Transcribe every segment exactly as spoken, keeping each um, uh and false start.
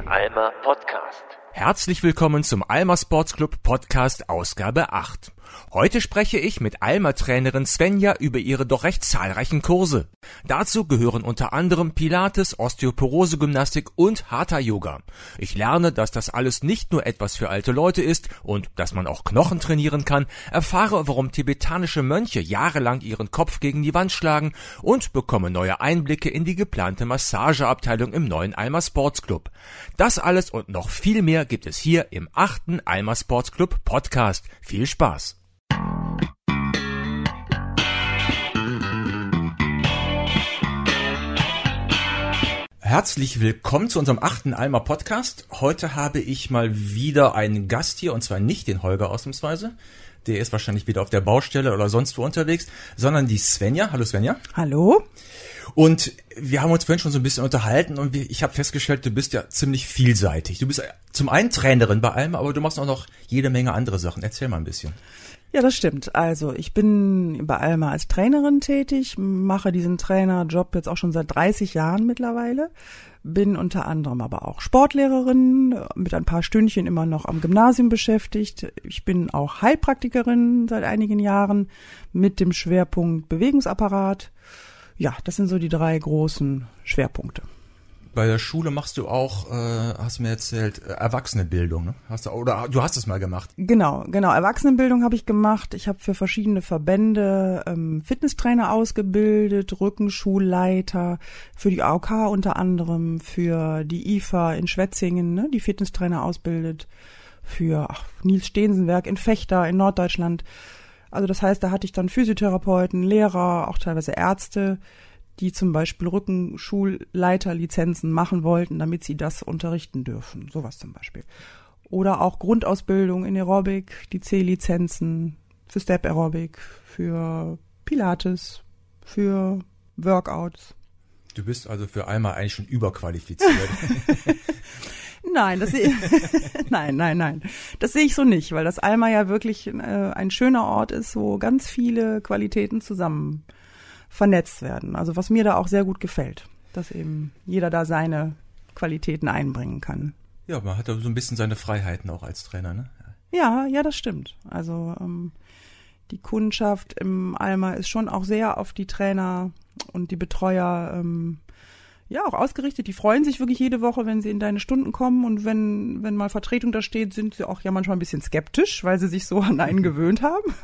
Alma Podcast. Herzlich willkommen zum Alma Sports Club Podcast Ausgabe acht. Heute spreche ich mit Alma-Trainerin Svenja über ihre doch recht zahlreichen Kurse. Dazu gehören unter anderem Pilates, Osteoporose-Gymnastik und Hatha-Yoga. Ich lerne, dass das alles nicht nur etwas für alte Leute ist und dass man auch Knochen trainieren kann, erfahre, warum tibetanische Mönche jahrelang ihren Kopf gegen die Wand schlagen und bekomme neue Einblicke in die geplante Massageabteilung im neuen Alma Sports Club. Das alles und noch viel mehr gibt es hier im achten Alma Sports Club Podcast. Viel Spaß! Herzlich willkommen zu unserem achten Alma Podcast. Heute habe ich mal wieder einen Gast hier, und zwar nicht den Holger ausnahmsweise. Der ist wahrscheinlich wieder auf der Baustelle oder sonst wo unterwegs, sondern die Svenja. Hallo Svenja. Hallo. Und wir haben uns vorhin schon so ein bisschen unterhalten und ich habe festgestellt, du bist ja ziemlich vielseitig. Du bist zum einen Trainerin bei Alma, aber du machst auch noch jede Menge andere Sachen. Erzähl mal ein bisschen. Ja, das stimmt. Also ich bin bei Alma als Trainerin tätig, mache diesen Trainerjob jetzt auch schon seit dreißig Jahren mittlerweile, bin unter anderem aber auch Sportlehrerin, mit ein paar Stündchen immer noch am Gymnasium beschäftigt. Ich bin auch Heilpraktikerin seit einigen Jahren mit dem Schwerpunkt Bewegungsapparat. Ja, das sind so die drei großen Schwerpunkte. Bei der Schule machst du auch, äh, hast du mir erzählt, Erwachsenenbildung, ne? Hast du, oder du hast es mal gemacht. Genau, genau. Erwachsenenbildung habe ich gemacht. Ich habe für verschiedene Verbände ähm, Fitnesstrainer ausgebildet, Rückenschulleiter, für die A O K unter anderem, für die I F A in Schwetzingen, ne, die Fitnesstrainer ausbildet, für ach, Nils Steensenwerk in Vechta in Norddeutschland. Also das heißt, da hatte ich dann Physiotherapeuten, Lehrer, auch teilweise Ärzte, die zum Beispiel Rückenschulleiterlizenzen machen wollten, damit sie das unterrichten dürfen. Sowas zum Beispiel. Oder auch Grundausbildung in Aerobic, die C-Lizenzen für Step Aerobic, für Pilates, für Workouts. Du bist also für Alma eigentlich schon überqualifiziert. Nein, das sehe nein, nein, nein. Das sehe ich so nicht, weil das Alma ja wirklich äh, ein schöner Ort ist, wo ganz viele Qualitäten zusammen vernetzt werden. Also was mir da auch sehr gut gefällt, dass eben jeder da seine Qualitäten einbringen kann. Ja, man hat ja so ein bisschen seine Freiheiten auch als Trainer, ne? Ja, ja, das stimmt. Also ähm, die Kundschaft im Alma ist schon auch sehr auf die Trainer und die Betreuer ähm, ja auch ausgerichtet. Die freuen sich wirklich jede Woche, wenn sie in deine Stunden kommen, und wenn wenn mal Vertretung da steht, sind sie auch ja manchmal ein bisschen skeptisch, weil sie sich so an einen gewöhnt haben.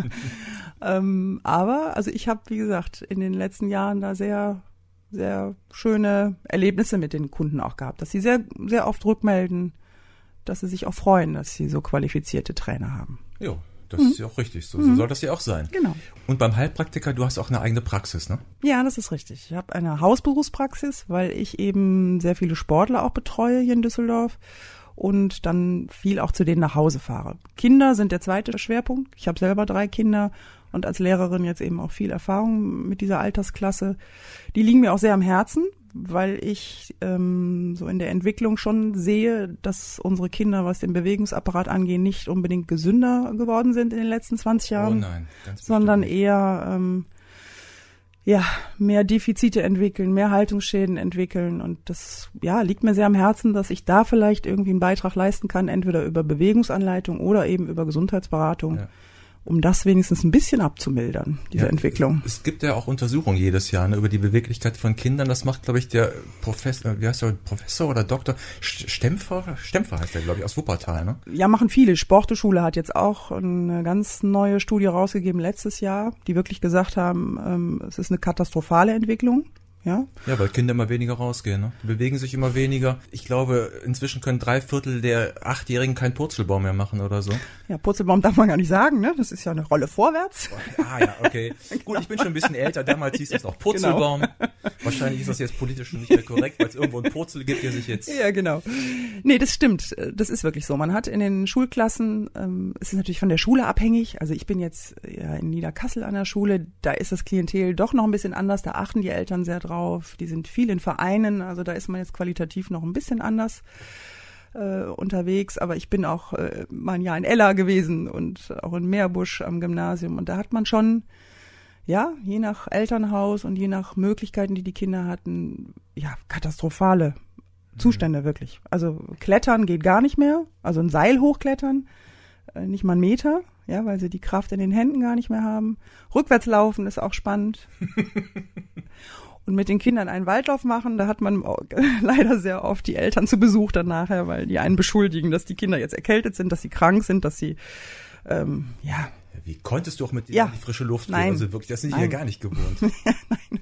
ähm, aber also ich habe, wie gesagt, in den letzten Jahren da sehr sehr schöne Erlebnisse mit den Kunden auch gehabt, dass sie sehr sehr oft rückmelden, dass sie sich auch freuen, dass sie so qualifizierte Trainer haben. Jo. Das mhm. ist ja auch richtig so. So mhm. soll das ja auch sein. Genau. Und beim Heilpraktiker, du hast auch eine eigene Praxis, ne? Ja, das ist richtig. Ich habe eine Hausberufspraxis, weil ich eben sehr viele Sportler auch betreue hier in Düsseldorf und dann viel auch zu denen nach Hause fahre. Kinder sind der zweite Schwerpunkt. Ich habe selber drei Kinder und als Lehrerin jetzt eben auch viel Erfahrung mit dieser Altersklasse. Die liegen mir auch sehr am Herzen, weil ich ähm, so in der Entwicklung schon sehe, dass unsere Kinder, was den Bewegungsapparat angeht, nicht unbedingt gesünder geworden sind in den letzten zwanzig Jahren, oh nein, ganz sondern eher ähm, ja mehr Defizite entwickeln, mehr Haltungsschäden entwickeln, und das ja liegt mir sehr am Herzen, dass ich da vielleicht irgendwie einen Beitrag leisten kann, entweder über Bewegungsanleitung oder eben über Gesundheitsberatung. Ja. Um das wenigstens ein bisschen abzumildern, diese ja, Entwicklung. Es gibt ja auch Untersuchungen jedes Jahr, ne, über die Beweglichkeit von Kindern. Das macht, glaube ich, der Professor, wie heißt der, Professor oder Doktor Stempfer? Stempfer heißt der, glaube ich, aus Wuppertal, ne? Ja, machen viele. Sporteschule hat jetzt auch eine ganz neue Studie rausgegeben letztes Jahr, die wirklich gesagt haben, ähm, es ist eine katastrophale Entwicklung. Ja? Ja, weil Kinder immer weniger rausgehen, ne? Die bewegen sich immer weniger. Ich glaube, inzwischen können drei Viertel der Achtjährigen keinen Purzelbaum mehr machen oder so. Ja, Purzelbaum darf man gar nicht sagen, ne? Das ist ja eine Rolle vorwärts. Ah ja, okay. Genau. Gut, ich bin schon ein bisschen älter. Damals hieß es auch Purzelbaum. Genau. Wahrscheinlich ist das jetzt politisch schon nicht mehr korrekt, weil es irgendwo einen Purzel gibt, der sich jetzt... Ja, genau. Nee, das stimmt. Das ist wirklich so. Man hat in den Schulklassen, ähm, es ist natürlich von der Schule abhängig. Also ich bin jetzt ja in Niederkassel an der Schule. Da ist das Klientel doch noch ein bisschen anders. Da achten die Eltern sehr drauf. Die sind viel in Vereinen, also da ist man jetzt qualitativ noch ein bisschen anders äh, unterwegs, aber ich bin auch äh, mal ein Jahr in Ella gewesen und auch in Meerbusch am Gymnasium, und da hat man schon, ja, je nach Elternhaus und je nach Möglichkeiten, die die Kinder hatten, ja, katastrophale Zustände, mhm. wirklich. Also Klettern geht gar nicht mehr, also ein Seil hochklettern, äh, nicht mal einen Meter, ja, weil sie die Kraft in den Händen gar nicht mehr haben. Rückwärts laufen ist auch spannend. Und mit den Kindern einen Waldlauf machen, da hat man leider sehr oft die Eltern zu Besuch dann nachher, weil die einen beschuldigen, dass die Kinder jetzt erkältet sind, dass sie krank sind, dass sie, ähm, ja. Wie konntest du auch mit denen ja. in die frische Luft gehen? Nein. Also wirklich, das sind die Nein. ja gar nicht gewohnt. Nein.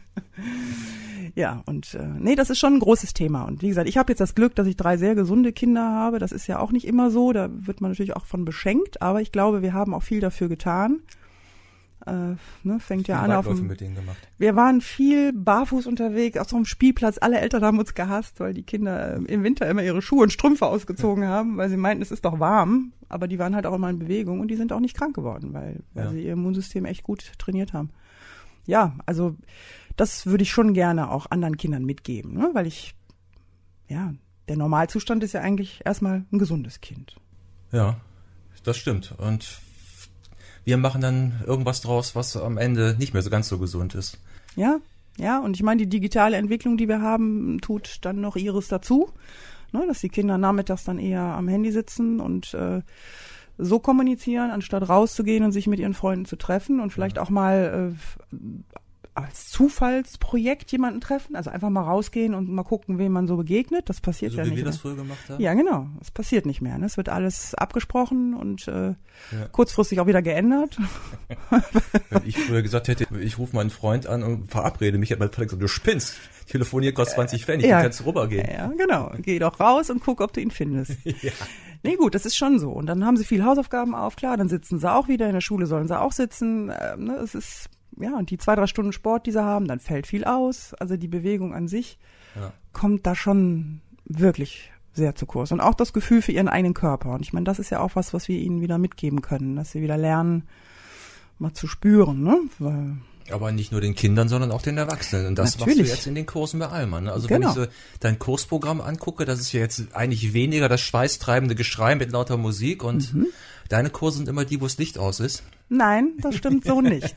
Ja, und äh, nee, das ist schon ein großes Thema. Und wie gesagt, ich habe jetzt das Glück, dass ich drei sehr gesunde Kinder habe. Das ist ja auch nicht immer so. Da wird man natürlich auch von beschenkt. Aber ich glaube, wir haben auch viel dafür getan. Äh, ne, fängt ja an auf dem, mit denen gemacht. Wir waren viel barfuß unterwegs, auf so einem Spielplatz. Alle Eltern haben uns gehasst, weil die Kinder im Winter immer ihre Schuhe und Strümpfe ausgezogen haben, weil sie meinten, es ist doch warm. Aber die waren halt auch immer in Bewegung und die sind auch nicht krank geworden, weil, weil ja. sie ihr Immunsystem echt gut trainiert haben. Ja, also das würde ich schon gerne auch anderen Kindern mitgeben, ne? Weil ich, ja, der Normalzustand ist ja eigentlich erstmal ein gesundes Kind. Ja, das stimmt. Und wir machen dann irgendwas draus, was am Ende nicht mehr so ganz so gesund ist. Ja, ja, und ich meine, die digitale Entwicklung, die wir haben, tut dann noch ihres dazu, ne? Dass die Kinder nachmittags dann eher am Handy sitzen und äh, so kommunizieren, anstatt rauszugehen und sich mit ihren Freunden zu treffen und vielleicht auch mal äh, als Zufallsprojekt jemanden treffen, also einfach mal rausgehen und mal gucken, wem man so begegnet. Das passiert also ja wie nicht. Wie wir mehr. das früher gemacht haben? Ja, genau. Es passiert nicht mehr. Ne? Es wird alles abgesprochen und äh, ja. kurzfristig auch wieder geändert. Wenn ich früher gesagt hätte, ich rufe meinen Freund an und verabrede mich, hat mein Freund gesagt, du spinnst. Telefonier kostet zwanzig Pfennig, ja. du kannst rübergehen. Ja, genau. Geh doch raus und guck, ob du ihn findest. ja. Nee, gut, das ist schon so. Und dann haben sie viel Hausaufgaben auf, klar, dann sitzen sie auch wieder, in der Schule sollen sie auch sitzen. Ähm, ne? Es ist, ja, und die zwei, drei Stunden Sport, die sie haben, dann fällt viel aus. Also die Bewegung an sich ja. kommt da schon wirklich sehr zu kurz. Und auch das Gefühl für ihren eigenen Körper. Und ich meine, das ist ja auch was, was wir ihnen wieder mitgeben können, dass sie wieder lernen, mal zu spüren, ne? Weil aber nicht nur den Kindern, sondern auch den Erwachsenen. Und das Natürlich. machst du jetzt in den Kursen bei Alma. Ne? Also genau. wenn ich so dein Kursprogramm angucke, das ist ja jetzt eigentlich weniger das schweißtreibende Geschrei mit lauter Musik. Und mhm. deine Kurse sind immer die, wo das Licht aus ist. Nein, das stimmt so nicht.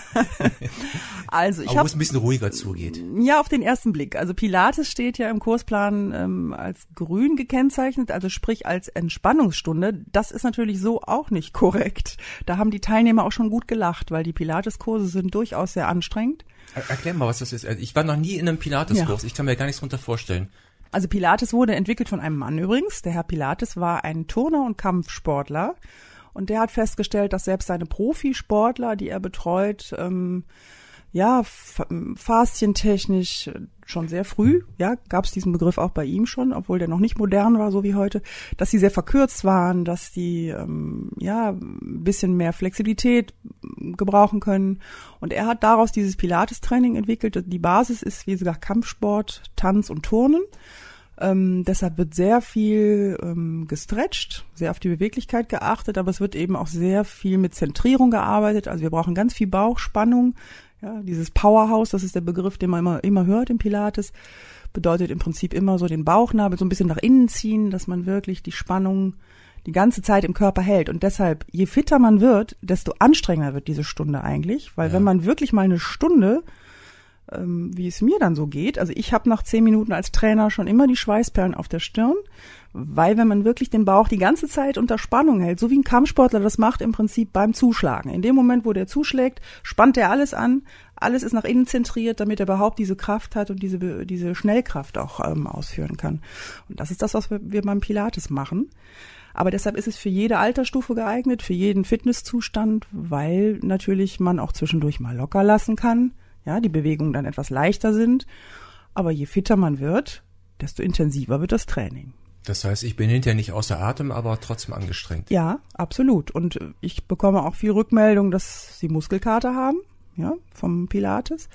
Also ich aber hab, wo es ein bisschen ruhiger zugeht. Ja, auf den ersten Blick. Also Pilates steht ja im Kursplan ähm, als grün gekennzeichnet, also sprich als Entspannungsstunde. Das ist natürlich so auch nicht korrekt. Da haben die Teilnehmer auch schon gut gelacht, weil die Pilates-Kurse sind durchaus sehr anstrengend. Erklär mal, was das ist. Ich war noch nie in einem Pilates-Kurs. Ja. Ich kann mir gar nichts drunter vorstellen. Also Pilates wurde entwickelt von einem Mann übrigens. Der Herr Pilates war ein Turner und Kampfsportler. Und der hat festgestellt, dass selbst seine Profisportler, die er betreut, ähm, ja, faszientechnisch schon sehr früh, ja, gab es diesen Begriff auch bei ihm schon, obwohl der noch nicht modern war, so wie heute, dass sie sehr verkürzt waren, dass die, ähm, ja, ein bisschen mehr Flexibilität gebrauchen können. Und er hat daraus dieses Pilates-Training entwickelt. Die Basis ist, wie gesagt, Kampfsport, Tanz und Turnen. Ähm, deshalb wird sehr viel ähm, gestretcht, sehr auf die Beweglichkeit geachtet, aber es wird eben auch sehr viel mit Zentrierung gearbeitet. Also wir brauchen ganz viel Bauchspannung. Ja, dieses Powerhouse, das ist der Begriff, den man immer, immer hört im Pilates, bedeutet im Prinzip immer so den Bauchnabel so ein bisschen nach innen ziehen, dass man wirklich die Spannung die ganze Zeit im Körper hält. Und deshalb, je fitter man wird, desto anstrengender wird diese Stunde eigentlich, weil ja. wenn man wirklich mal eine Stunde, ähm, wie es mir dann so geht, also ich habe nach zehn Minuten als Trainer schon immer die Schweißperlen auf der Stirn, weil wenn man wirklich den Bauch die ganze Zeit unter Spannung hält, so wie ein Kampfsportler das macht im Prinzip beim Zuschlagen. In dem Moment, wo der zuschlägt, spannt er alles an, alles ist nach innen zentriert, damit er überhaupt diese Kraft hat und diese diese Schnellkraft auch ähm, ausführen kann. Und das ist das, was wir, wir beim Pilates machen. Aber deshalb ist es für jede Altersstufe geeignet, für jeden Fitnesszustand, weil natürlich man auch zwischendurch mal locker lassen kann, ja, die Bewegungen dann etwas leichter sind. Aber je fitter man wird, desto intensiver wird das Training. Das heißt, ich bin hinterher nicht außer Atem, aber trotzdem angestrengt. Ja, absolut. Und ich bekomme auch viel Rückmeldung, dass sie Muskelkater haben, ja, vom Pilates.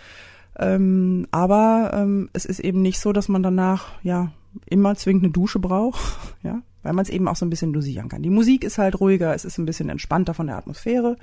Ähm, aber ähm, es ist eben nicht so, dass man danach ja immer zwingend eine Dusche braucht, ja, weil man es eben auch so ein bisschen dosieren kann. Die Musik ist halt ruhiger, es ist ein bisschen entspannter von der Atmosphäre.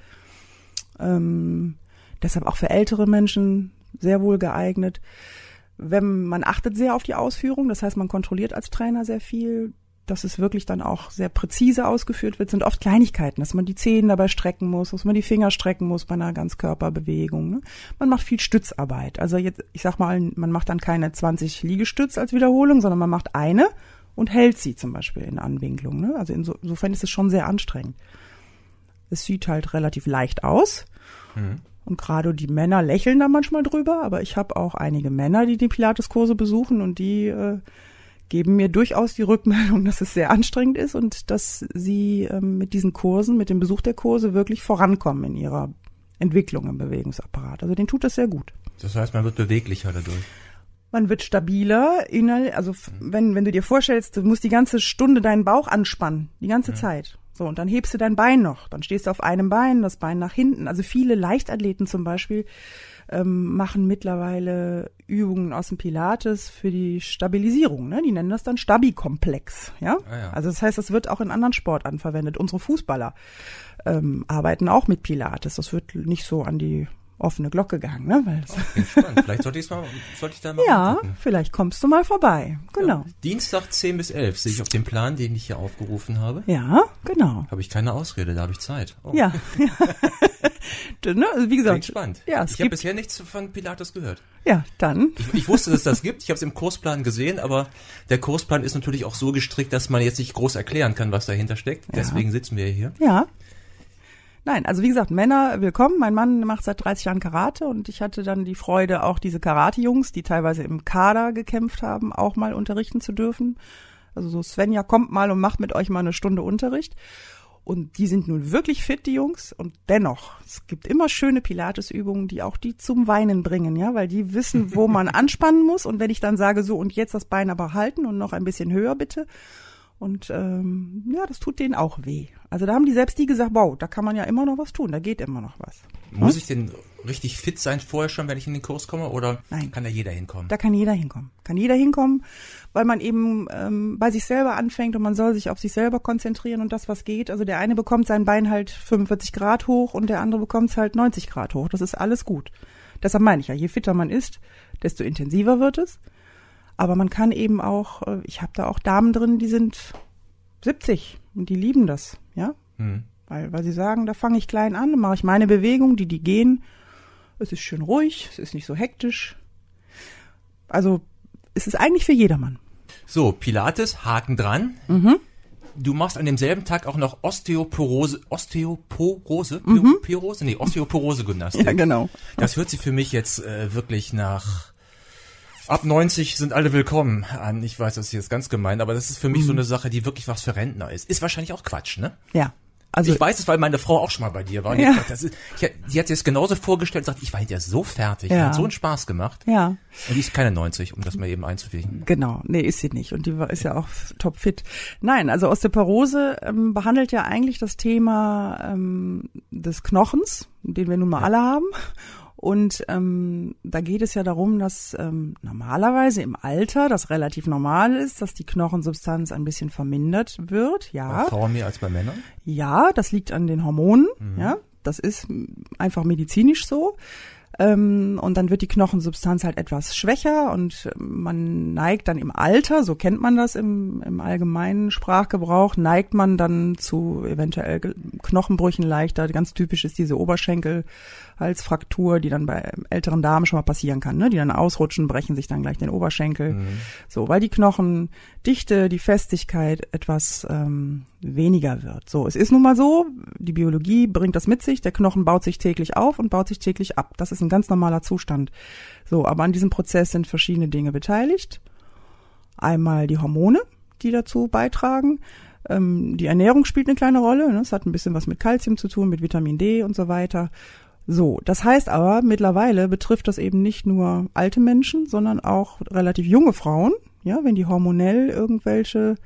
Ähm, deshalb auch für ältere Menschen sehr wohl geeignet. Wenn man achtet sehr auf die Ausführung, das heißt, man kontrolliert als Trainer sehr viel. dass es wirklich dann auch sehr präzise ausgeführt wird, sind oft Kleinigkeiten, dass man die Zehen dabei strecken muss, dass man die Finger strecken muss bei einer Ganzkörperbewegung. Ne? Man macht viel Stützarbeit. Also jetzt, ich sag mal, man macht dann keine zwanzig Liegestütz als Wiederholung, sondern man macht eine und hält sie zum Beispiel in Anwinklung. Ne? Also inso, insofern ist es schon sehr anstrengend. Es sieht halt relativ leicht aus. Mhm. Und gerade die Männer lächeln da manchmal drüber, aber ich habe auch einige Männer, die die Pilates-Kurse besuchen und die äh, geben mir durchaus die Rückmeldung, dass es sehr anstrengend ist und dass sie ähm, mit diesen Kursen, mit dem Besuch der Kurse wirklich vorankommen in ihrer Entwicklung im Bewegungsapparat. Also denen tut das sehr gut. Das heißt, man wird beweglicher dadurch. Man wird stabiler, innerlich, also wenn wenn du dir vorstellst, du musst die ganze Stunde deinen Bauch anspannen, die ganze ja. Zeit. So, und dann hebst du dein Bein noch, dann stehst du auf einem Bein, das Bein nach hinten. Also viele Leichtathleten zum Beispiel ähm, machen mittlerweile Übungen aus dem Pilates für die Stabilisierung. Ne? Die nennen das dann Stabi-Komplex. Ja? Ah, ja. Also das heißt, das wird auch in anderen Sportarten verwendet. Unsere Fußballer ähm, arbeiten auch mit Pilates. Das wird nicht so an die offene Glocke gehangen. Ne? Weil okay, spannend. Vielleicht sollte, ich's mal, sollte ich da mal Ja, angucken. Vielleicht kommst du mal vorbei. Genau. Ja, Dienstag zehn bis elf sehe ich auf dem Plan, den ich hier aufgerufen habe. Ja, genau. Habe ich keine Ausrede, da habe ich Zeit. Oh. Ja. Ne? Also wie gesagt, klingt spannend. Ja, es ich habe bisher nichts von Pilates gehört. Ja, dann. Ich, ich wusste, dass es das gibt. Ich habe es im Kursplan gesehen, aber der Kursplan ist natürlich auch so gestrickt, dass man jetzt nicht groß erklären kann, was dahinter steckt. Ja. Deswegen sitzen wir hier. Ja. Nein, also wie gesagt, Männer willkommen. Mein Mann macht seit dreißig Jahren Karate und ich hatte dann die Freude, auch diese Karate-Jungs, die teilweise im Kader gekämpft haben, auch mal unterrichten zu dürfen. Also so Svenja kommt mal und macht mit euch mal eine Stunde Unterricht. Und die sind nun wirklich fit, die Jungs. Und dennoch, es gibt immer schöne Pilates-Übungen, die auch die zum Weinen bringen, ja, weil die wissen, wo man anspannen muss. Und wenn ich dann sage, so und jetzt das Bein aber halten und noch ein bisschen höher bitte. Und ähm, ja, das tut denen auch weh. Also da haben die selbst die gesagt, wow, da kann man ja immer noch was tun, da geht immer noch was. Muss hm? ich denn richtig fit sein vorher schon, wenn ich in den Kurs komme, oder Nein. kann da jeder hinkommen? Da kann jeder hinkommen. Kann jeder hinkommen, weil man eben ähm, bei sich selber anfängt und man soll sich auf sich selber konzentrieren und das, was geht. Also der eine bekommt sein Bein halt fünfundvierzig Grad hoch und der andere bekommt es halt neunzig Grad hoch. Das ist alles gut. Deshalb meine ich ja, je fitter man ist, desto intensiver wird es. Aber man kann eben auch, ich habe da auch Damen drin, die sind siebzig und die lieben das, ja, hm. weil weil sie sagen, da fange ich klein an, dann mache ich meine Bewegung, die die gehen. Es ist schön ruhig, es ist nicht so hektisch. Also es ist eigentlich für jedermann. So, Pilates, Haken dran. Mhm. Du machst an demselben Tag auch noch Osteoporose, Osteoporose, mhm. Pirose? Nee, Osteoporose-Gymnastik. Ja, genau. Das hört sich für mich jetzt äh, wirklich nach ab neunzig sind alle willkommen an. Ich weiß, das ist jetzt ganz gemein, aber das ist für mich mhm. so eine Sache, die wirklich was für Rentner ist. Ist wahrscheinlich auch Quatsch, ne? Ja. Also ich weiß es, weil meine Frau auch schon mal bei dir war. Und ja. ich, das ist, ich, die hat sich das genauso vorgestellt und sagt, ich war hinterher so fertig. Ja. Hat so einen Spaß gemacht. Ja. Und die ist keine neunzig, um das mal eben einzufügen. Genau. Nee, ist sie nicht. Und die war, ist ja auch topfit. Nein, also Osteoporose ähm, behandelt ja eigentlich das Thema ähm, des Knochens, den wir nun mal ja. alle haben. Und ähm, da geht es ja darum, dass ähm, normalerweise im Alter, das relativ normal ist, dass die Knochensubstanz ein bisschen vermindert wird. Ja. Bei Frauen mehr als bei Männern? Ja, das liegt an den Hormonen. Mhm. Ja, das ist einfach medizinisch so. Ähm, und dann wird die Knochensubstanz halt etwas schwächer und man neigt dann im Alter, so kennt man das im, im allgemeinen Sprachgebrauch, neigt man dann zu eventuell Knochenbrüchen leichter. Ganz typisch ist diese Oberschenkelhalsfraktur, die dann bei älteren Damen schon mal passieren kann, ne? Die dann ausrutschen, brechen sich dann gleich den Oberschenkel. Mhm. So, weil die Knochendichte, die Festigkeit etwas ähm, weniger wird. So, es ist nun mal so, die Biologie bringt das mit sich, der Knochen baut sich täglich auf und baut sich täglich ab. Das ist ein ganz normaler Zustand. So, aber an diesem Prozess sind verschiedene Dinge beteiligt. Einmal die Hormone, die dazu beitragen. Ähm, die Ernährung spielt eine kleine Rolle. Ne? Es hat ein bisschen was mit Kalzium zu tun, mit Vitamin D und so weiter. So, das heißt aber, mittlerweile betrifft das eben nicht nur alte Menschen, sondern auch relativ junge Frauen. Ja, wenn die hormonell irgendwelche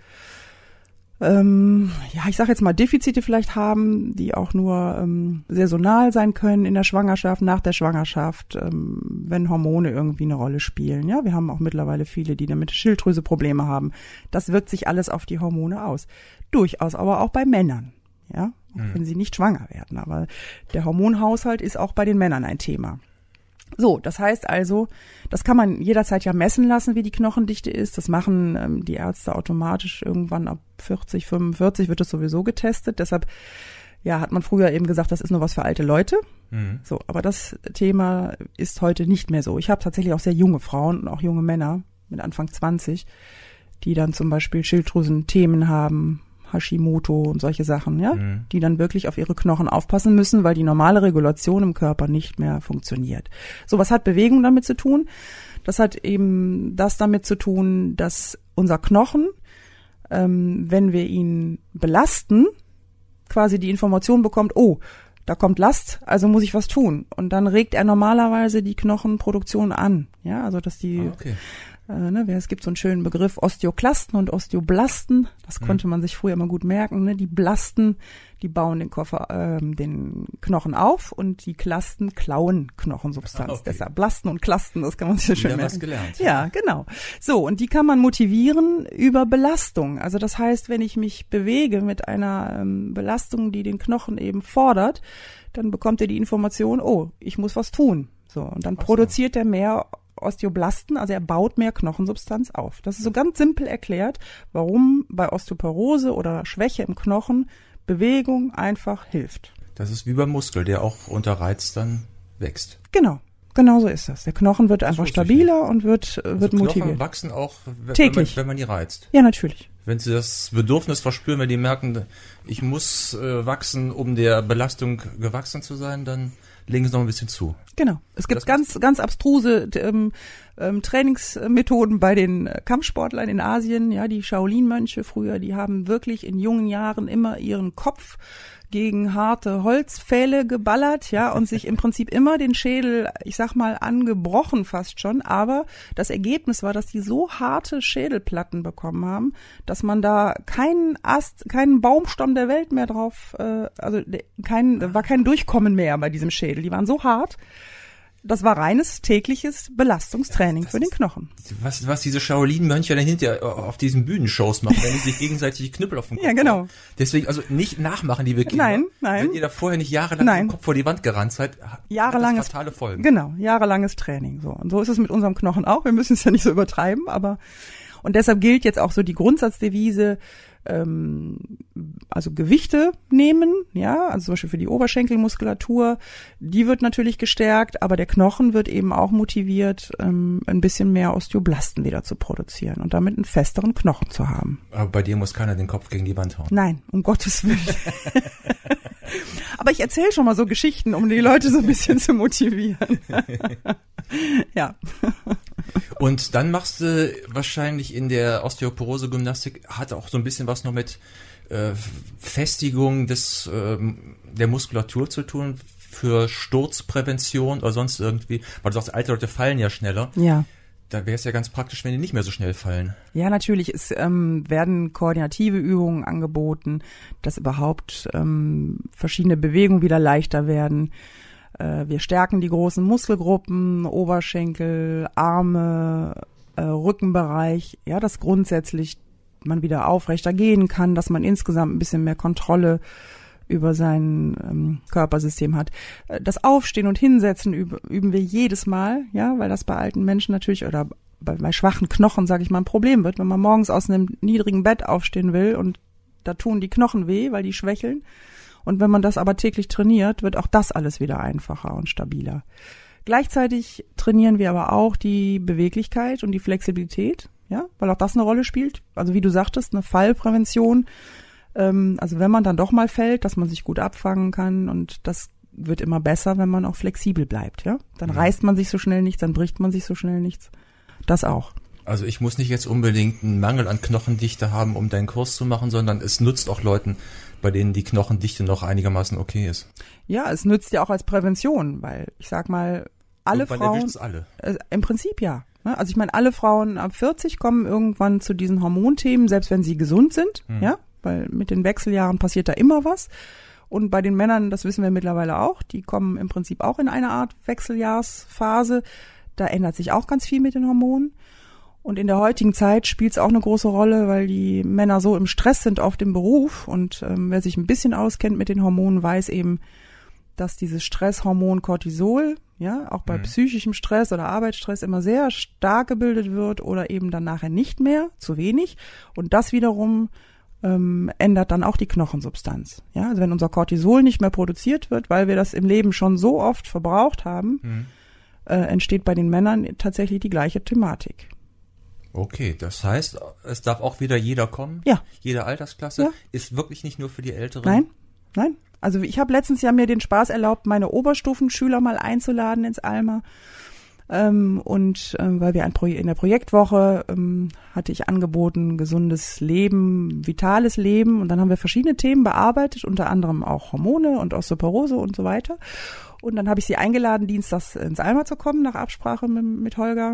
Ähm, ja, ich sage jetzt mal Defizite vielleicht haben, die auch nur ähm, saisonal sein können in der Schwangerschaft, nach der Schwangerschaft, ähm, wenn Hormone irgendwie eine Rolle spielen. Ja, wir haben auch mittlerweile viele, die damit Schilddrüse Probleme haben. Das wirkt sich alles auf die Hormone aus. Durchaus aber auch bei Männern, ja, auch mhm. wenn sie nicht schwanger werden. Aber der Hormonhaushalt ist auch bei den Männern ein Thema. So, das heißt also, das kann man jederzeit ja messen lassen, wie die Knochendichte ist. Das machen ähm, die Ärzte automatisch. Irgendwann ab vierzig, fünfundvierzig wird das sowieso getestet. Deshalb ja, hat man früher eben gesagt, das ist nur was für alte Leute. Mhm. So, aber das Thema ist heute nicht mehr so. Ich habe tatsächlich auch sehr junge Frauen und auch junge Männer mit Anfang zwanzig, die dann zum Beispiel Schilddrüsenthemen haben, Hashimoto und solche Sachen, ja, mhm. die dann wirklich auf ihre Knochen aufpassen müssen, weil die normale Regulation im Körper nicht mehr funktioniert. So, was hat Bewegung damit zu tun? Das hat eben das damit zu tun, dass unser Knochen, ähm, wenn wir ihn belasten, quasi die Information bekommt, oh, da kommt Last, also muss ich was tun. Und dann regt er normalerweise die Knochenproduktion an. Ja, also dass die, ah, okay. äh, ne, es gibt so einen schönen Begriff Osteoklasten und Osteoblasten. Das mhm. konnte man sich früher immer gut merken. Ne? Die Blasten, die bauen den Koffer, ähm, den Knochen auf und die Klasten klauen Knochensubstanz. Okay. Deshalb Blasten und Klasten, das kann man sich so schön merken. Was gelernt. Ja, genau. So, und die kann man motivieren über Belastung. Also das heißt, wenn ich mich bewege mit einer ähm, Belastung, die den Knochen eben fordert, dann bekommt er die Information, oh, ich muss was tun. So, und dann Ach produziert so. er mehr Osteoblasten, also er baut mehr Knochensubstanz auf. Das ist so ganz simpel erklärt, warum bei Osteoporose oder Schwäche im Knochen Bewegung einfach hilft. Das ist wie beim Muskel, der auch unter Reiz dann wächst. Genau, genau so ist das. Der Knochen wird das einfach stabiler und wird, also wird motiviert. Knochen wachsen auch, wenn, täglich, wenn man, wenn man die reizt. Ja, natürlich. Wenn sie das Bedürfnis verspüren, wenn die merken, ich muss äh, wachsen, um der Belastung gewachsen zu sein, dann legen sie noch ein bisschen zu. Genau. Es gibt ganz, ganz abstruse ähm, ähm, Trainingsmethoden bei den Kampfsportlern in Asien. Ja, die Shaolin-Mönche früher, die haben wirklich in jungen Jahren immer ihren Kopf gegen harte Holzpfähle geballert, ja, und sich im Prinzip immer den Schädel, ich sag mal, angebrochen fast schon. Aber das Ergebnis war, dass die so harte Schädelplatten bekommen haben, dass man da keinen Ast, keinen Baumstamm der Welt mehr drauf, äh, also kein, war kein Durchkommen mehr bei diesem Schädel. Die waren so hart. Das war reines tägliches Belastungstraining das für den Knochen. Was, was diese Shaolin-Mönche dann hinterher auf diesen Bühnenshows machen, wenn die sich gegenseitig die Knüppel auf den Kopf Ja, genau. haben. Deswegen, also nicht nachmachen, liebe Kinder. Nein, nein. Wenn ihr da vorher nicht jahrelang nein. den Kopf vor die Wand gerannt seid, jahrelanges, hat das fatale Folgen. Genau, jahrelanges Training. So. Und so ist es mit unserem Knochen auch. Wir müssen es ja nicht so übertreiben, aber und deshalb gilt jetzt auch so die Grundsatzdevise, ähm, also Gewichte nehmen, ja, also zum Beispiel für die Oberschenkelmuskulatur, die wird natürlich gestärkt, aber der Knochen wird eben auch motiviert, ähm, ein bisschen mehr Osteoblasten wieder zu produzieren und damit einen festeren Knochen zu haben. Aber bei dir muss keiner den Kopf gegen die Wand hauen. Nein, um Gottes Willen. Aber ich erzähle schon mal so Geschichten, um die Leute so ein bisschen zu motivieren. Ja. Und dann machst du wahrscheinlich in der Osteoporose-Gymnastik, hat auch so ein bisschen was noch mit äh, Festigung des äh, der Muskulatur zu tun, für Sturzprävention oder sonst irgendwie, weil du sagst, alte Leute fallen ja schneller. Ja. Da wäre es ja ganz praktisch, wenn die nicht mehr so schnell fallen. Ja, natürlich. Es ähm, werden koordinative Übungen angeboten, dass überhaupt ähm, verschiedene Bewegungen wieder leichter werden. Äh, wir stärken die großen Muskelgruppen, Oberschenkel, Arme, äh, Rückenbereich. Ja, dass grundsätzlich man wieder aufrechter gehen kann, dass man insgesamt ein bisschen mehr Kontrolle über sein ähm, Körpersystem hat. Das Aufstehen und Hinsetzen üb- üben wir jedes Mal, ja, weil das bei alten Menschen natürlich oder bei, bei schwachen Knochen, sage ich mal, ein Problem wird, wenn man morgens aus einem niedrigen Bett aufstehen will und da tun die Knochen weh, weil die schwächeln. Und wenn man das aber täglich trainiert, wird auch das alles wieder einfacher und stabiler. Gleichzeitig trainieren wir aber auch die Beweglichkeit und die Flexibilität, ja, weil auch das eine Rolle spielt. Also wie du sagtest, eine Fallprävention. Also wenn man dann doch mal fällt, dass man sich gut abfangen kann und das wird immer besser, wenn man auch flexibel bleibt, ja. Dann mhm. reißt man sich so schnell nichts, dann bricht man sich so schnell nichts. Das auch. Also ich muss nicht jetzt unbedingt einen Mangel an Knochendichte haben, um deinen Kurs zu machen, sondern es nützt auch Leuten, bei denen die Knochendichte noch einigermaßen okay ist. Ja, es nützt ja auch als Prävention, weil ich sag mal, alle Irgendwann Frauen, erwischt es alle. Äh, im Prinzip ja. Also ich meine, alle Frauen ab vierzig kommen irgendwann zu diesen Hormonthemen, selbst wenn sie gesund sind, mhm. ja. Weil mit den Wechseljahren passiert da immer was. Und bei den Männern, das wissen wir mittlerweile auch, die kommen im Prinzip auch in eine Art Wechseljahrsphase. Da ändert sich auch ganz viel mit den Hormonen. Und in der heutigen Zeit spielt es auch eine große Rolle, weil die Männer so im Stress sind auf dem Beruf. Und ähm, wer sich ein bisschen auskennt mit den Hormonen, weiß eben, dass dieses Stresshormon Cortisol, ja, auch bei mhm. psychischem Stress oder Arbeitsstress immer sehr stark gebildet wird oder eben dann nachher nicht mehr, zu wenig. Und das wiederum ähm, ändert dann auch die Knochensubstanz. Ja, also wenn unser Cortisol nicht mehr produziert wird, weil wir das im Leben schon so oft verbraucht haben, mhm. äh, entsteht bei den Männern tatsächlich die gleiche Thematik. Okay, das heißt, es darf auch wieder jeder kommen? Ja. Jede Altersklasse? Ja. Ist wirklich nicht nur für die Älteren? Nein, nein. Also ich habe letztens ja mir den Spaß erlaubt, meine Oberstufenschüler mal einzuladen ins Alma. Ähm, und ähm, weil wir ein Pro- in der Projektwoche ähm, hatte ich angeboten, gesundes Leben, vitales Leben. Und dann haben wir verschiedene Themen bearbeitet, unter anderem auch Hormone und Osteoporose und so weiter. Und dann habe ich sie eingeladen, dienstags ins Alma zu kommen, nach Absprache mit, mit Holger.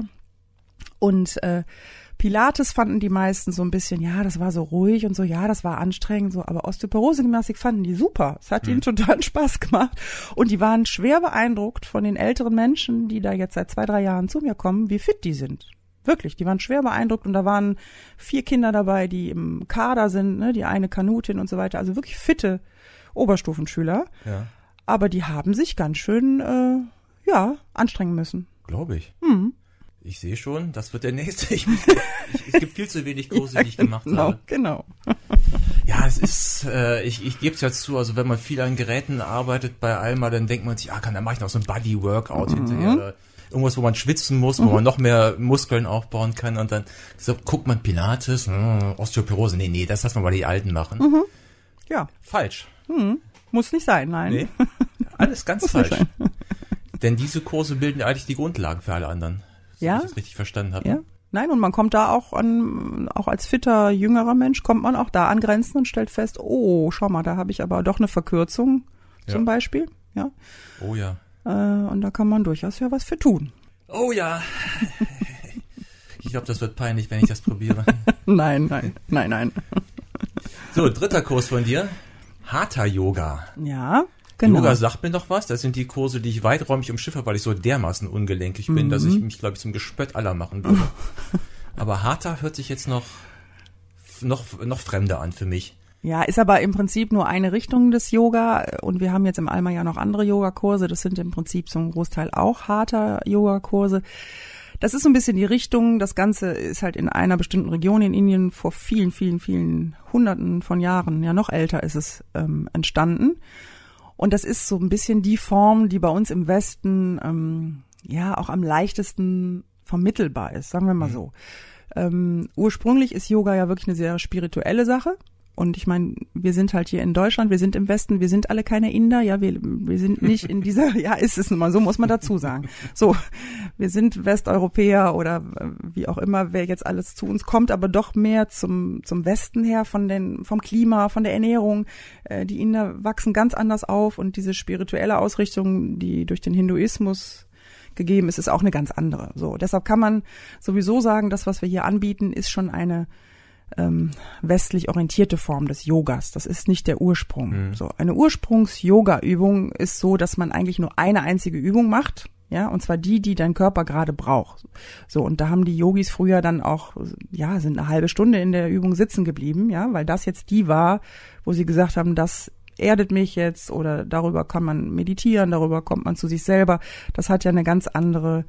Und äh, Pilates fanden die meisten so ein bisschen, ja, das war so ruhig und so, ja, das war anstrengend, so, aber Osteoporose-Gymnastik fanden die super. Es hat mhm. ihnen total Spaß gemacht. Und die waren schwer beeindruckt von den älteren Menschen, die da jetzt seit zwei, drei Jahren zu mir kommen, wie fit die sind. Wirklich, die waren schwer beeindruckt und da waren vier Kinder dabei, die im Kader sind, ne, die eine Kanutin und so weiter, also wirklich fitte Oberstufenschüler. Ja. Aber die haben sich ganz schön, äh, ja, anstrengen müssen. Glaube ich. Mhm. Ich sehe schon, das wird der nächste. Ich, ich, es gibt viel zu wenig Kurse, die ich gemacht genau, habe. Genau. Ja, es ist, äh, ich, ich gebe es ja zu, also wenn man viel an Geräten arbeitet bei Alma, dann denkt man sich, ah, kann, dann mache ich noch so ein Body-Workout mhm. hinterher. Irgendwas, wo man schwitzen muss, mhm. wo man noch mehr Muskeln aufbauen kann und dann so, guckt man Pilates, mh, Osteoporose, nee, nee, das lassen wir mal die Alten machen. Mhm. Ja. Falsch. Mhm. Muss nicht sein, nein. Nee, alles ganz falsch. Denn diese Kurse bilden ja eigentlich die Grundlagen für alle anderen. So, ja. Wenn ich das richtig verstanden habe. Ja. Nein, und man kommt da auch an, auch als fitter, jüngerer Mensch, kommt man auch da an Grenzen und stellt fest, oh, schau mal, da habe ich aber doch eine Verkürzung zum ja. Beispiel. Ja. Oh ja. Äh, und da kann man durchaus ja was für tun. Oh ja. Ich glaube, das wird peinlich, wenn ich das probiere. Nein, nein, nein, nein. So, dritter Kurs von dir. Hatha Yoga. Ja. Genau. Yoga sagt mir doch was. Das sind die Kurse, die ich weiträumig umschiffe, weil ich so dermaßen ungelenkig bin, mhm. dass ich mich, glaube ich, zum Gespött aller machen würde. Aber Hatha hört sich jetzt noch, noch, noch fremder an für mich. Ja, ist aber im Prinzip nur eine Richtung des Yoga. Und wir haben jetzt im Alma ja noch andere Yogakurse. Das sind im Prinzip zum Großteil auch Hatha-Yoga-Kurse. Das ist so ein bisschen die Richtung. Das Ganze ist halt in einer bestimmten Region in Indien vor vielen, vielen, vielen Hunderten von Jahren, ja noch älter ist es, ähm, entstanden. Und das ist so ein bisschen die Form, die bei uns im Westen ähm, ja auch am leichtesten vermittelbar ist, sagen wir mal so. Ähm, ursprünglich ist Yoga ja wirklich eine sehr spirituelle Sache. Und ich meine, wir sind halt hier in Deutschland, wir sind im Westen, wir sind alle keine Inder, ja, wir, wir sind nicht in dieser, ja, ist es nun mal, so muss man dazu sagen. So, wir sind Westeuropäer oder wie auch immer, wer jetzt alles zu uns kommt, aber doch mehr zum zum Westen her, von den vom Klima, von der Ernährung. Äh, die Inder wachsen ganz anders auf und diese spirituelle Ausrichtung, die durch den Hinduismus gegeben ist, ist auch eine ganz andere. So, deshalb kann man sowieso sagen, das, was wir hier anbieten, ist schon eine Ähm, westlich orientierte Form des Yogas. Das ist nicht der Ursprung. Mhm. So, eine Ursprungs-Yoga-Übung ist so, dass man eigentlich nur eine einzige Übung macht, ja, und zwar die, die dein Körper gerade braucht. So, und da haben die Yogis früher dann auch, ja, sind eine halbe Stunde in der Übung sitzen geblieben, ja, weil das jetzt die war, wo sie gesagt haben, das erdet mich jetzt oder darüber kann man meditieren, darüber kommt man zu sich selber. Das hat ja eine ganz andere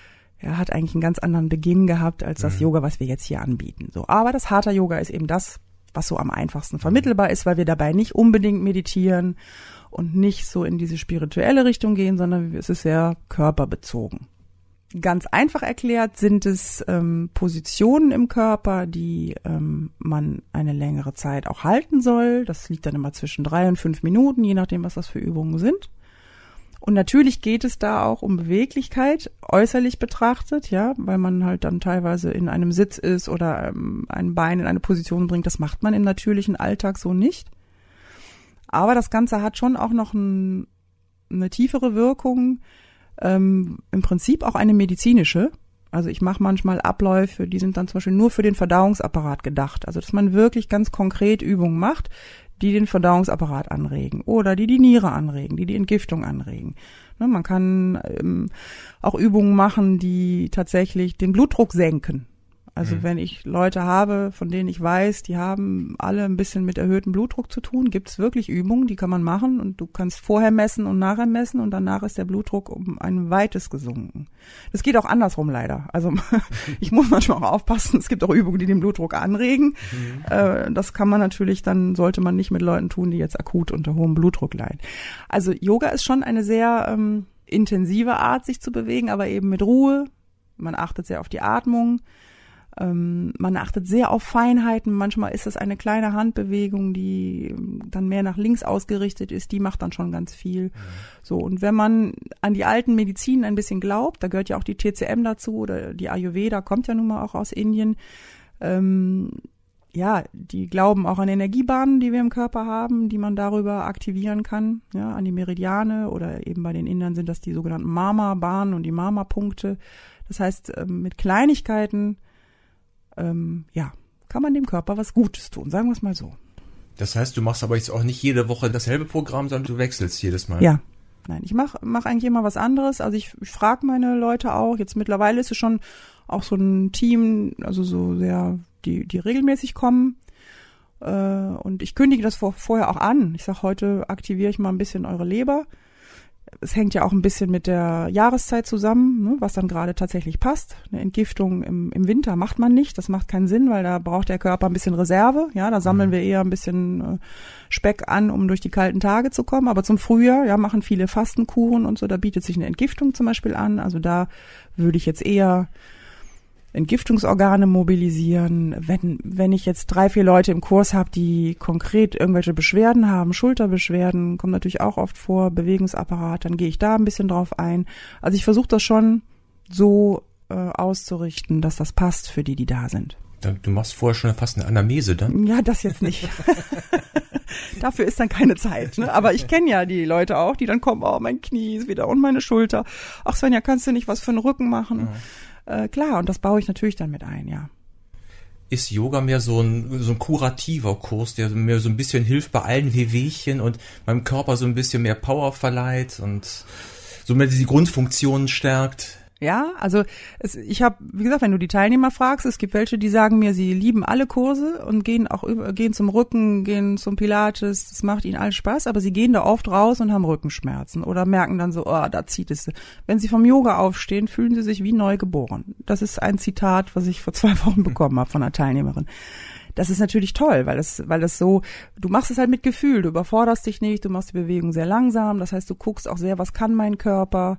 Er hat eigentlich einen ganz anderen Beginn gehabt als das mhm. Yoga, was wir jetzt hier anbieten. So, aber das Hatha-Yoga ist eben das, was so am einfachsten vermittelbar ist, weil wir dabei nicht unbedingt meditieren und nicht so in diese spirituelle Richtung gehen, sondern es ist sehr körperbezogen. Ganz einfach erklärt sind es ähm, Positionen im Körper, die ähm, man eine längere Zeit auch halten soll. Das liegt dann immer zwischen drei und fünf Minuten, je nachdem, was das für Übungen sind. Und natürlich geht es da auch um Beweglichkeit, äußerlich betrachtet, ja, weil man halt dann teilweise in einem Sitz ist oder ähm, ein Bein in eine Position bringt. Das macht man im natürlichen Alltag so nicht. Aber das Ganze hat schon auch noch ein, eine tiefere Wirkung, ähm, im Prinzip auch eine medizinische. Also ich mache manchmal Abläufe, die sind dann zum Beispiel nur für den Verdauungsapparat gedacht. Also dass man wirklich ganz konkret Übungen macht, die den Verdauungsapparat anregen oder die die Niere anregen, die die Entgiftung anregen. Ne, man kann ähm, auch Übungen machen, die tatsächlich den Blutdruck senken. Also mhm. wenn ich Leute habe, von denen ich weiß, die haben alle ein bisschen mit erhöhtem Blutdruck zu tun, gibt es wirklich Übungen, die kann man machen und du kannst vorher messen und nachher messen und danach ist der Blutdruck um ein weites gesunken. Das geht auch andersrum leider. Also ich muss manchmal auch aufpassen, es gibt auch Übungen, die den Blutdruck anregen. Mhm. Äh, das kann man natürlich, dann sollte man nicht mit Leuten tun, die jetzt akut unter hohem Blutdruck leiden. Also Yoga ist schon eine sehr ähm, intensive Art, sich zu bewegen, aber eben mit Ruhe. Man achtet sehr auf die Atmung. Ähm, man achtet sehr auf Feinheiten. Manchmal ist es eine kleine Handbewegung, die dann mehr nach links ausgerichtet ist. Die macht dann schon ganz viel. Mhm. So, und wenn man an die alten Medizinen ein bisschen glaubt, da gehört ja auch die T C M dazu oder die Ayurveda, kommt ja nun mal auch aus Indien. Ähm, ja, die glauben auch an Energiebahnen, die wir im Körper haben, die man darüber aktivieren kann, ja, an die Meridiane oder eben bei den Indern sind das die sogenannten Mama-Bahnen und die Mama-Punkte. Das heißt, mit Kleinigkeiten, ähm, ja, kann man dem Körper was Gutes tun, sagen wir es mal so. Das heißt, du machst aber jetzt auch nicht jede Woche dasselbe Programm, sondern du wechselst jedes Mal. Ja, nein, ich mache mach eigentlich immer was anderes. Also ich, ich frage meine Leute auch, jetzt mittlerweile ist es schon auch so ein Team, also so sehr, die, die regelmäßig kommen. Äh, und ich kündige das vor, vorher auch an. Ich sage, heute aktiviere ich mal ein bisschen eure Leber. Es hängt ja auch ein bisschen mit der Jahreszeit zusammen, ne, was dann gerade tatsächlich passt. Eine Entgiftung im, im Winter macht man nicht. Das macht keinen Sinn, weil da braucht der Körper ein bisschen Reserve. Ja, da sammeln wir eher ein bisschen äh, Speck an, um durch die kalten Tage zu kommen. Aber zum Frühjahr, ja, machen viele Fastenkuren und so. Da bietet sich eine Entgiftung zum Beispiel an. Also da würde ich jetzt eher Entgiftungsorgane mobilisieren. Wenn, wenn ich jetzt drei, vier Leute im Kurs habe, die konkret irgendwelche Beschwerden haben, Schulterbeschwerden, kommen natürlich auch oft vor, Bewegungsapparat, dann gehe ich da ein bisschen drauf ein. Also ich versuche das schon so äh, auszurichten, dass das passt für die, die da sind. Du machst vorher schon fast eine Anamnese, dann? Ja, das jetzt nicht. Dafür ist dann keine Zeit. Ne? Aber ich kenne ja die Leute auch, die dann kommen, oh, mein Knie ist wieder und meine Schulter. Ach Svenja, kannst du nicht was für den Rücken machen? Mhm. Äh, klar, und das baue ich natürlich dann mit ein, ja. Ist Yoga mehr so ein, so ein kurativer Kurs, der mir so ein bisschen hilft bei allen Wehwehchen und meinem Körper so ein bisschen mehr Power verleiht und so mehr die Grundfunktionen stärkt? Ja, also es, ich habe, wie gesagt, wenn du die Teilnehmer fragst, es gibt welche, die sagen mir, sie lieben alle Kurse und gehen auch über, gehen zum Rücken, gehen zum Pilates, das macht ihnen alles Spaß, aber sie gehen da oft raus und haben Rückenschmerzen oder merken dann so, oh, da zieht es. Wenn sie vom Yoga aufstehen, fühlen sie sich wie neu geboren. Das ist ein Zitat, was ich vor zwei Wochen bekommen habe von einer Teilnehmerin. Das ist natürlich toll, weil es, weil es so, du machst es halt mit Gefühl, du überforderst dich nicht, du machst die Bewegung sehr langsam, das heißt, du guckst auch sehr, was kann mein Körper,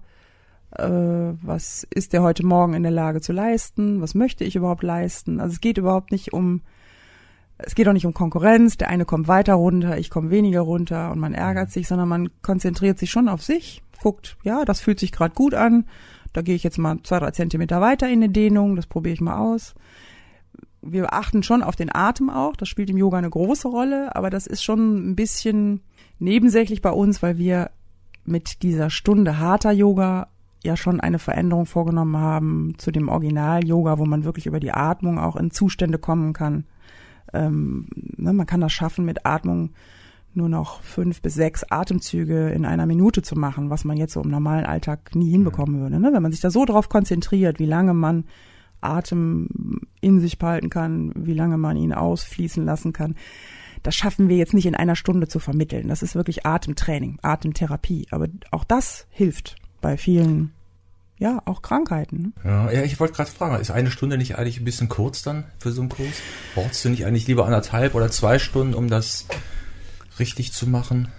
was ist der heute Morgen in der Lage zu leisten, was möchte ich überhaupt leisten. Also es geht überhaupt nicht um, es geht auch nicht um Konkurrenz, der eine kommt weiter runter, ich komme weniger runter und man ärgert sich, sondern man konzentriert sich schon auf sich, guckt, ja, das fühlt sich gerade gut an, da gehe ich jetzt mal zwei, drei Zentimeter weiter in eine Dehnung, das probiere ich mal aus. Wir achten schon auf den Atem auch, das spielt im Yoga eine große Rolle, aber das ist schon ein bisschen nebensächlich bei uns, weil wir mit dieser Stunde harter Yoga ja schon eine Veränderung vorgenommen haben zu dem Original-Yoga, wo man wirklich über die Atmung auch in Zustände kommen kann. Ähm, ne, man kann das schaffen, mit Atmung nur noch fünf bis sechs Atemzüge in einer Minute zu machen, was man jetzt so im normalen Alltag nie hinbekommen würde. Ne? Wenn man sich da so drauf konzentriert, wie lange man Atem in sich behalten kann, wie lange man ihn ausfließen lassen kann, das schaffen wir jetzt nicht in einer Stunde zu vermitteln. Das ist wirklich Atemtraining, Atemtherapie. Aber auch das hilft bei vielen, ja, auch Krankheiten. Ja, ja, ich wollte gerade fragen, ist eine Stunde nicht eigentlich ein bisschen kurz dann für so einen Kurs? Brauchst du nicht eigentlich lieber anderthalb oder zwei Stunden, um das richtig zu machen?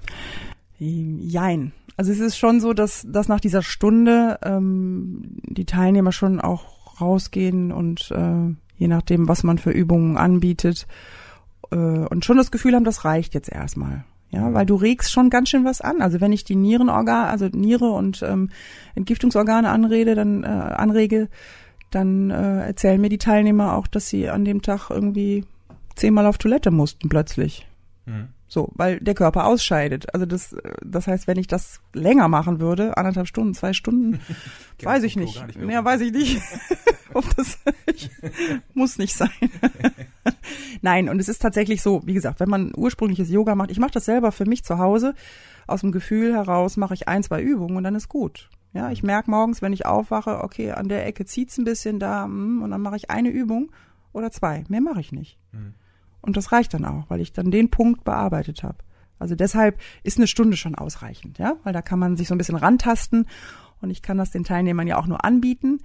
Jein. Also es ist schon so, dass, dass nach dieser Stunde ähm, die Teilnehmer schon auch rausgehen und äh, je nachdem, was man für Übungen anbietet äh, und schon das Gefühl haben, das reicht jetzt erstmal. Ja, weil du regst schon ganz schön was an. Also wenn ich die Nierenorgane, also Niere und ähm, Entgiftungsorgane anrede, dann äh, anrege, dann äh, erzählen mir die Teilnehmer auch, dass sie an dem Tag irgendwie zehnmal auf Toilette mussten plötzlich. Mhm. So, weil der Körper ausscheidet. Also das, das heißt, wenn ich das länger machen würde, anderthalb Stunden, zwei Stunden, weiß ich nicht. nicht ja, weiß ich nicht. Ob das ich, muss nicht sein. Nein, und es ist tatsächlich so, wie gesagt, wenn man ursprüngliches Yoga macht, ich mache das selber für mich zu Hause, aus dem Gefühl heraus mache ich ein, zwei Übungen und dann ist gut. Ja, ich merke morgens, wenn ich aufwache, okay, an der Ecke zieht's ein bisschen da, und dann mache ich eine Übung oder zwei. Mehr mache ich nicht. Mhm. Und das reicht dann auch, weil ich dann den Punkt bearbeitet habe. Also deshalb ist eine Stunde schon ausreichend, ja, weil da kann man sich so ein bisschen rantasten und ich kann das den Teilnehmern ja auch nur anbieten.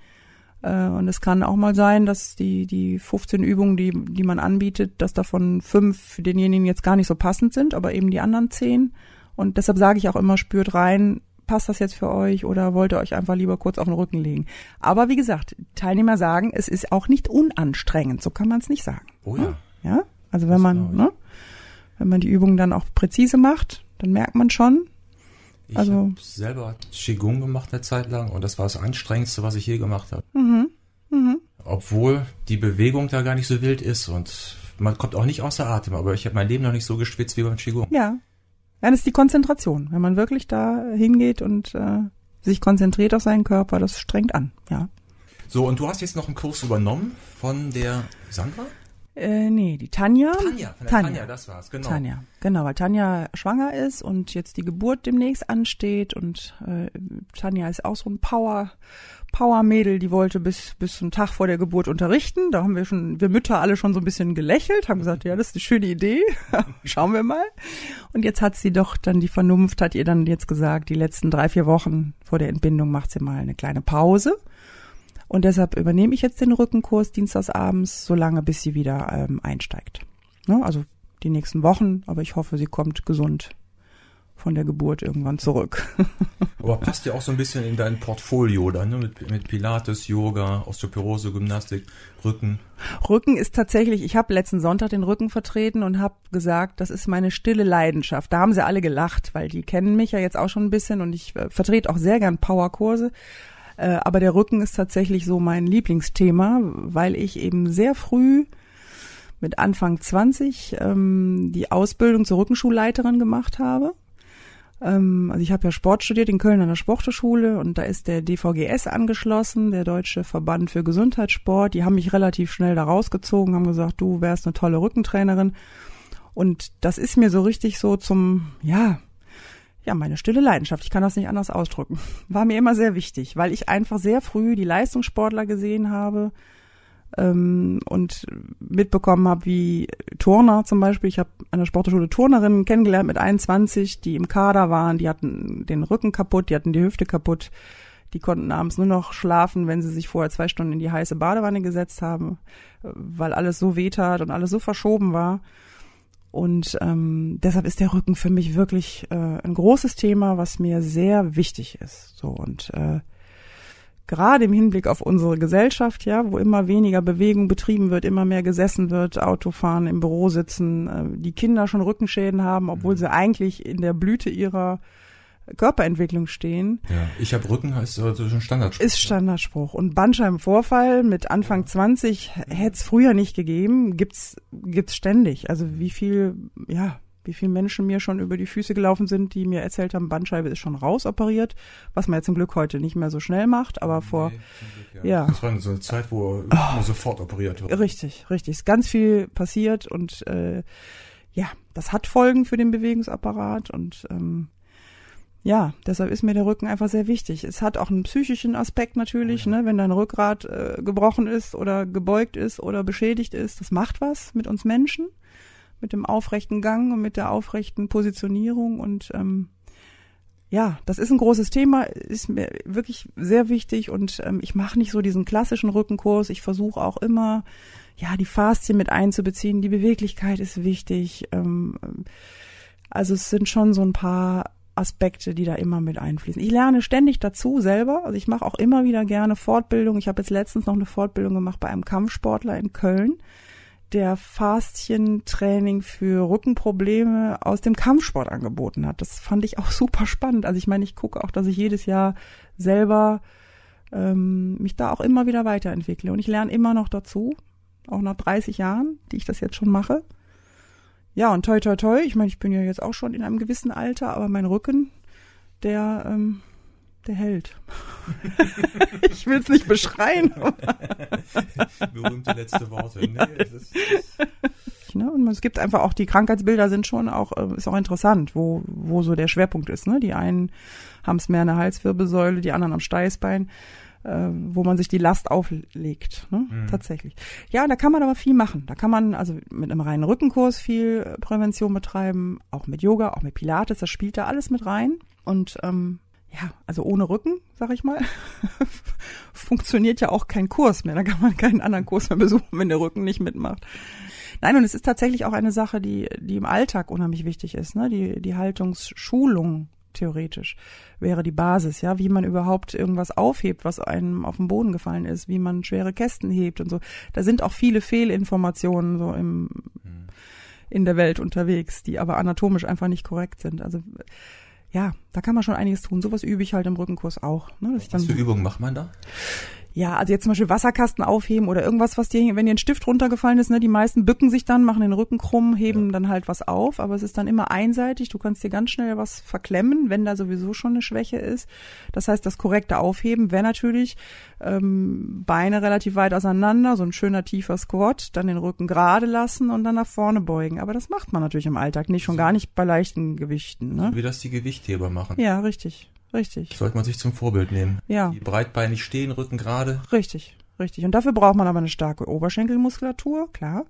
Und es kann auch mal sein, dass die die fünfzehn Übungen, die die man anbietet, dass davon fünf für denjenigen jetzt gar nicht so passend sind, aber eben die anderen zehn. Und deshalb sage ich auch immer, spürt rein, passt das jetzt für euch oder wollt ihr euch einfach lieber kurz auf den Rücken legen? Aber wie gesagt, Teilnehmer sagen, es ist auch nicht unanstrengend, so kann man es nicht sagen. Oh ja. Ja, also wenn man, ne, wenn man die Übungen dann auch präzise macht, dann merkt man schon. Ich also, habe selber Qigong gemacht eine Zeit lang und das war das Anstrengendste, was ich je gemacht habe. Mhm. Mhm. Obwohl die Bewegung da gar nicht so wild ist und man kommt auch nicht außer Atem, aber ich habe mein Leben noch nicht so geschwitzt wie beim Qigong. Ja, dann ist die Konzentration. Wenn man wirklich da hingeht und äh, sich konzentriert auf seinen Körper, das strengt an, ja. So, und du hast jetzt noch einen Kurs übernommen von der Sandra? Äh, nee, die Tanja. Tanja, von der Tanja, Tanja, das war's, genau. Tanja, genau, weil Tanja schwanger ist und jetzt die Geburt demnächst ansteht und äh, Tanja ist auch so ein Power, Power-Mädel, die wollte bis bis zum Tag vor der Geburt unterrichten. Da haben wir schon, wir Mütter alle schon so ein bisschen gelächelt, haben gesagt, ja, das ist eine schöne Idee, schauen wir mal. Und jetzt hat sie doch dann die Vernunft, hat ihr dann jetzt gesagt, die letzten drei, vier Wochen vor der Entbindung macht sie mal eine kleine Pause. Und deshalb übernehme ich jetzt den Rückenkurs dienstagsabends, solange bis sie wieder ähm, einsteigt. Ne? Also die nächsten Wochen, aber ich hoffe, sie kommt gesund von der Geburt irgendwann zurück. Aber passt ja auch so ein bisschen in dein Portfolio dann, ne? mit, mit Pilates, Yoga, Osteoporose, Gymnastik, Rücken. Rücken ist tatsächlich, ich habe letzten Sonntag den Rücken vertreten und habe gesagt, das ist meine stille Leidenschaft. Da haben sie alle gelacht, weil die kennen mich ja jetzt auch schon ein bisschen und ich äh, vertrete auch sehr gern Powerkurse. Aber der Rücken ist tatsächlich so mein Lieblingsthema, weil ich eben sehr früh mit Anfang zwanzig ähm, die Ausbildung zur Rückenschulleiterin gemacht habe. Ähm, also ich habe ja Sport studiert in Köln an der Sporthochschule und da ist der D V G S angeschlossen, der Deutsche Verband für Gesundheitssport. Die haben mich relativ schnell da rausgezogen, haben gesagt, du wärst eine tolle Rückentrainerin. Und das ist mir so richtig so zum, ja... Ja, meine stille Leidenschaft, ich kann das nicht anders ausdrücken. War mir immer sehr wichtig, weil ich einfach sehr früh die Leistungssportler gesehen habe ähm, und mitbekommen habe, wie Turner zum Beispiel. Ich habe an der Sporthochschule Turnerinnen kennengelernt mit einundzwanzig, die im Kader waren, die hatten den Rücken kaputt, die hatten die Hüfte kaputt. Die konnten abends nur noch schlafen, wenn sie sich vorher zwei Stunden in die heiße Badewanne gesetzt haben, weil alles so wehtat und alles so verschoben war. Und ähm, deshalb ist der Rücken für mich wirklich äh, ein großes Thema, was mir sehr wichtig ist. So und äh, gerade im Hinblick auf unsere Gesellschaft, ja, wo immer weniger Bewegung betrieben wird, immer mehr gesessen wird, Autofahren, im Büro sitzen, äh, die Kinder schon Rückenschäden haben, obwohl sie eigentlich in der Blüte ihrer Körperentwicklung stehen. Ja, ich habe Rücken, heißt also ein Standardspruch. Ist Standardspruch. Und Bandscheibenvorfall mit Anfang zwanzig hätte es früher nicht gegeben, gibt's gibt's ständig. Also wie viel, ja, wie viele Menschen mir schon über die Füße gelaufen sind, die mir erzählt haben, Bandscheibe ist schon rausoperiert, was man ja zum Glück heute nicht mehr so schnell macht, aber vor, nee, Glück, ja. ja. Das war so eine Zeit, wo oh, sofort operiert wird. Richtig, richtig. Ist ganz viel passiert und äh, ja, das hat Folgen für den Bewegungsapparat und ähm, ja, deshalb ist mir der Rücken einfach sehr wichtig. Es hat auch einen psychischen Aspekt natürlich, oh ja. ne, wenn dein Rückgrat äh, gebrochen ist oder gebeugt ist oder beschädigt ist. Das macht was mit uns Menschen, mit dem aufrechten Gang und mit der aufrechten Positionierung. Und ähm, ja, das ist ein großes Thema, ist mir wirklich sehr wichtig. Und ähm, ich mache nicht so diesen klassischen Rückenkurs. Ich versuche auch immer, ja, die Faszien mit einzubeziehen. Die Beweglichkeit ist wichtig. Ähm, also es sind schon so ein paar Aspekte, die da immer mit einfließen. Ich lerne ständig dazu selber. Also ich mache auch immer wieder gerne Fortbildung. Ich habe jetzt letztens noch eine Fortbildung gemacht bei einem Kampfsportler in Köln, der Faszientraining für Rückenprobleme aus dem Kampfsport angeboten hat. Das fand ich auch super spannend. Also ich meine, ich gucke auch, dass ich jedes Jahr selber ähm, mich da auch immer wieder weiterentwickle. Und ich lerne immer noch dazu, auch nach dreißig Jahren, die ich das jetzt schon mache. Ja, und toi, toi, toi, ich meine, ich bin ja jetzt auch schon in einem gewissen Alter, aber mein Rücken, der, ähm, der hält. Ich will es nicht beschreien. Berühmte letzte Worte. Nee, das ist, das ne? Und es gibt einfach auch, die Krankheitsbilder sind schon auch, ist auch interessant, wo, wo so der Schwerpunkt ist. Ne? Die einen haben es mehr an der Halswirbelsäule, die anderen am Steißbein, äh, wo man sich die Last auflegt, ne? Mhm. Tatsächlich. Ja, da kann man aber viel machen. Da kann man also mit einem reinen Rückenkurs viel Prävention betreiben, auch mit Yoga, auch mit Pilates, das spielt da alles mit rein. Und ähm, ja, also ohne Rücken, sag ich mal, funktioniert ja auch kein Kurs mehr. Da kann man keinen anderen Kurs mehr besuchen, wenn der Rücken nicht mitmacht. Nein, und es ist tatsächlich auch eine Sache, die die im Alltag unheimlich wichtig ist, ne? Die die Haltungsschulung theoretisch wäre die Basis, ja, wie man überhaupt irgendwas aufhebt, was einem auf den Boden gefallen ist, wie man schwere Kästen hebt und so. Da sind auch viele Fehlinformationen so im mhm. in der Welt unterwegs, die aber anatomisch einfach nicht korrekt sind. Also ja, da kann man schon einiges tun. Sowas übe ich halt im Rückenkurs auch. Ne, dass ich dann, was für Übungen macht man da? Ja, also jetzt zum Beispiel Wasserkasten aufheben oder irgendwas, was dir, wenn dir ein Stift runtergefallen ist, ne, die meisten bücken sich dann, machen den Rücken krumm, heben ja. dann halt was auf, aber es ist dann immer einseitig. Du kannst dir ganz schnell was verklemmen, wenn da sowieso schon eine Schwäche ist. Das heißt, das korrekte Aufheben wäre natürlich ähm, Beine relativ weit auseinander, so ein schöner tiefer Squat, dann den Rücken gerade lassen und dann nach vorne beugen. Aber das macht man natürlich im Alltag nicht, schon gar nicht bei leichten Gewichten. Ne? So wie das die Gewichtheber machen. Ja, richtig. Richtig. Sollte man sich zum Vorbild nehmen. Ja. Die breitbeinig stehen, Rücken gerade. Richtig, richtig. Und dafür braucht man aber eine starke Oberschenkelmuskulatur, klar.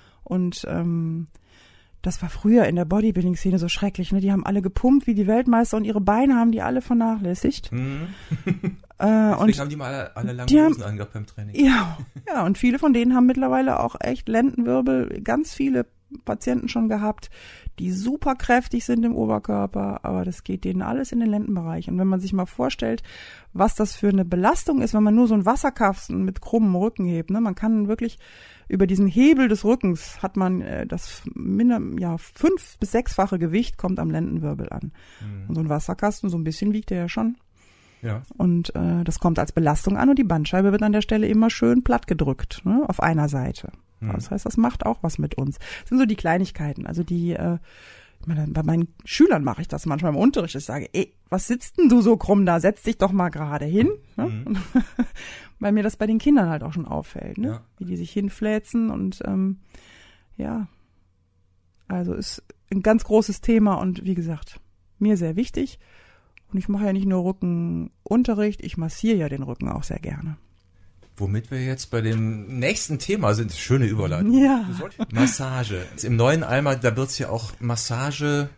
Und ähm, das war früher in der Bodybuilding-Szene so schrecklich, ne? Die haben alle gepumpt wie die Weltmeister und ihre Beine haben die alle vernachlässigt. Mhm. äh, Deswegen und haben die mal alle, alle lange Hosen angehabt beim Training. Ja, ja, und viele von denen haben mittlerweile auch echt Lendenwirbel, ganz viele Patienten schon gehabt, die super kräftig sind im Oberkörper, aber das geht denen alles in den Lendenbereich. Und wenn man sich mal vorstellt, was das für eine Belastung ist, wenn man nur so einen Wasserkasten mit krummem Rücken hebt, ne, man kann wirklich über diesen Hebel des Rückens hat man äh, das minder, ja, fünf- bis sechsfache Gewicht kommt am Lendenwirbel an. Mhm. Und so ein Wasserkasten, so ein bisschen wiegt der ja schon. Ja. Und äh, das kommt als Belastung an und die Bandscheibe wird an der Stelle immer schön platt gedrückt, ne, auf einer Seite. Mhm. Das heißt, das macht auch was mit uns. Das sind so die Kleinigkeiten, also die, äh, ich meine, bei meinen Schülern mache ich das manchmal im Unterricht. Ich sage, ey, was sitzt denn du so krumm da? Setz dich doch mal gerade hin. Ne? Mhm. Weil mir das bei den Kindern halt auch schon auffällt, ne? Ja. Wie die sich hinfläzen und ähm, ja, also ist ein ganz großes Thema und wie gesagt, mir sehr wichtig. Und ich mache ja nicht nur Rückenunterricht, ich massiere ja den Rücken auch sehr gerne. Womit wir jetzt bei dem nächsten Thema sind. Schöne Überleitung. Ja. Massage. Im neuen Alma, da wird es ja auch Massagepunkte,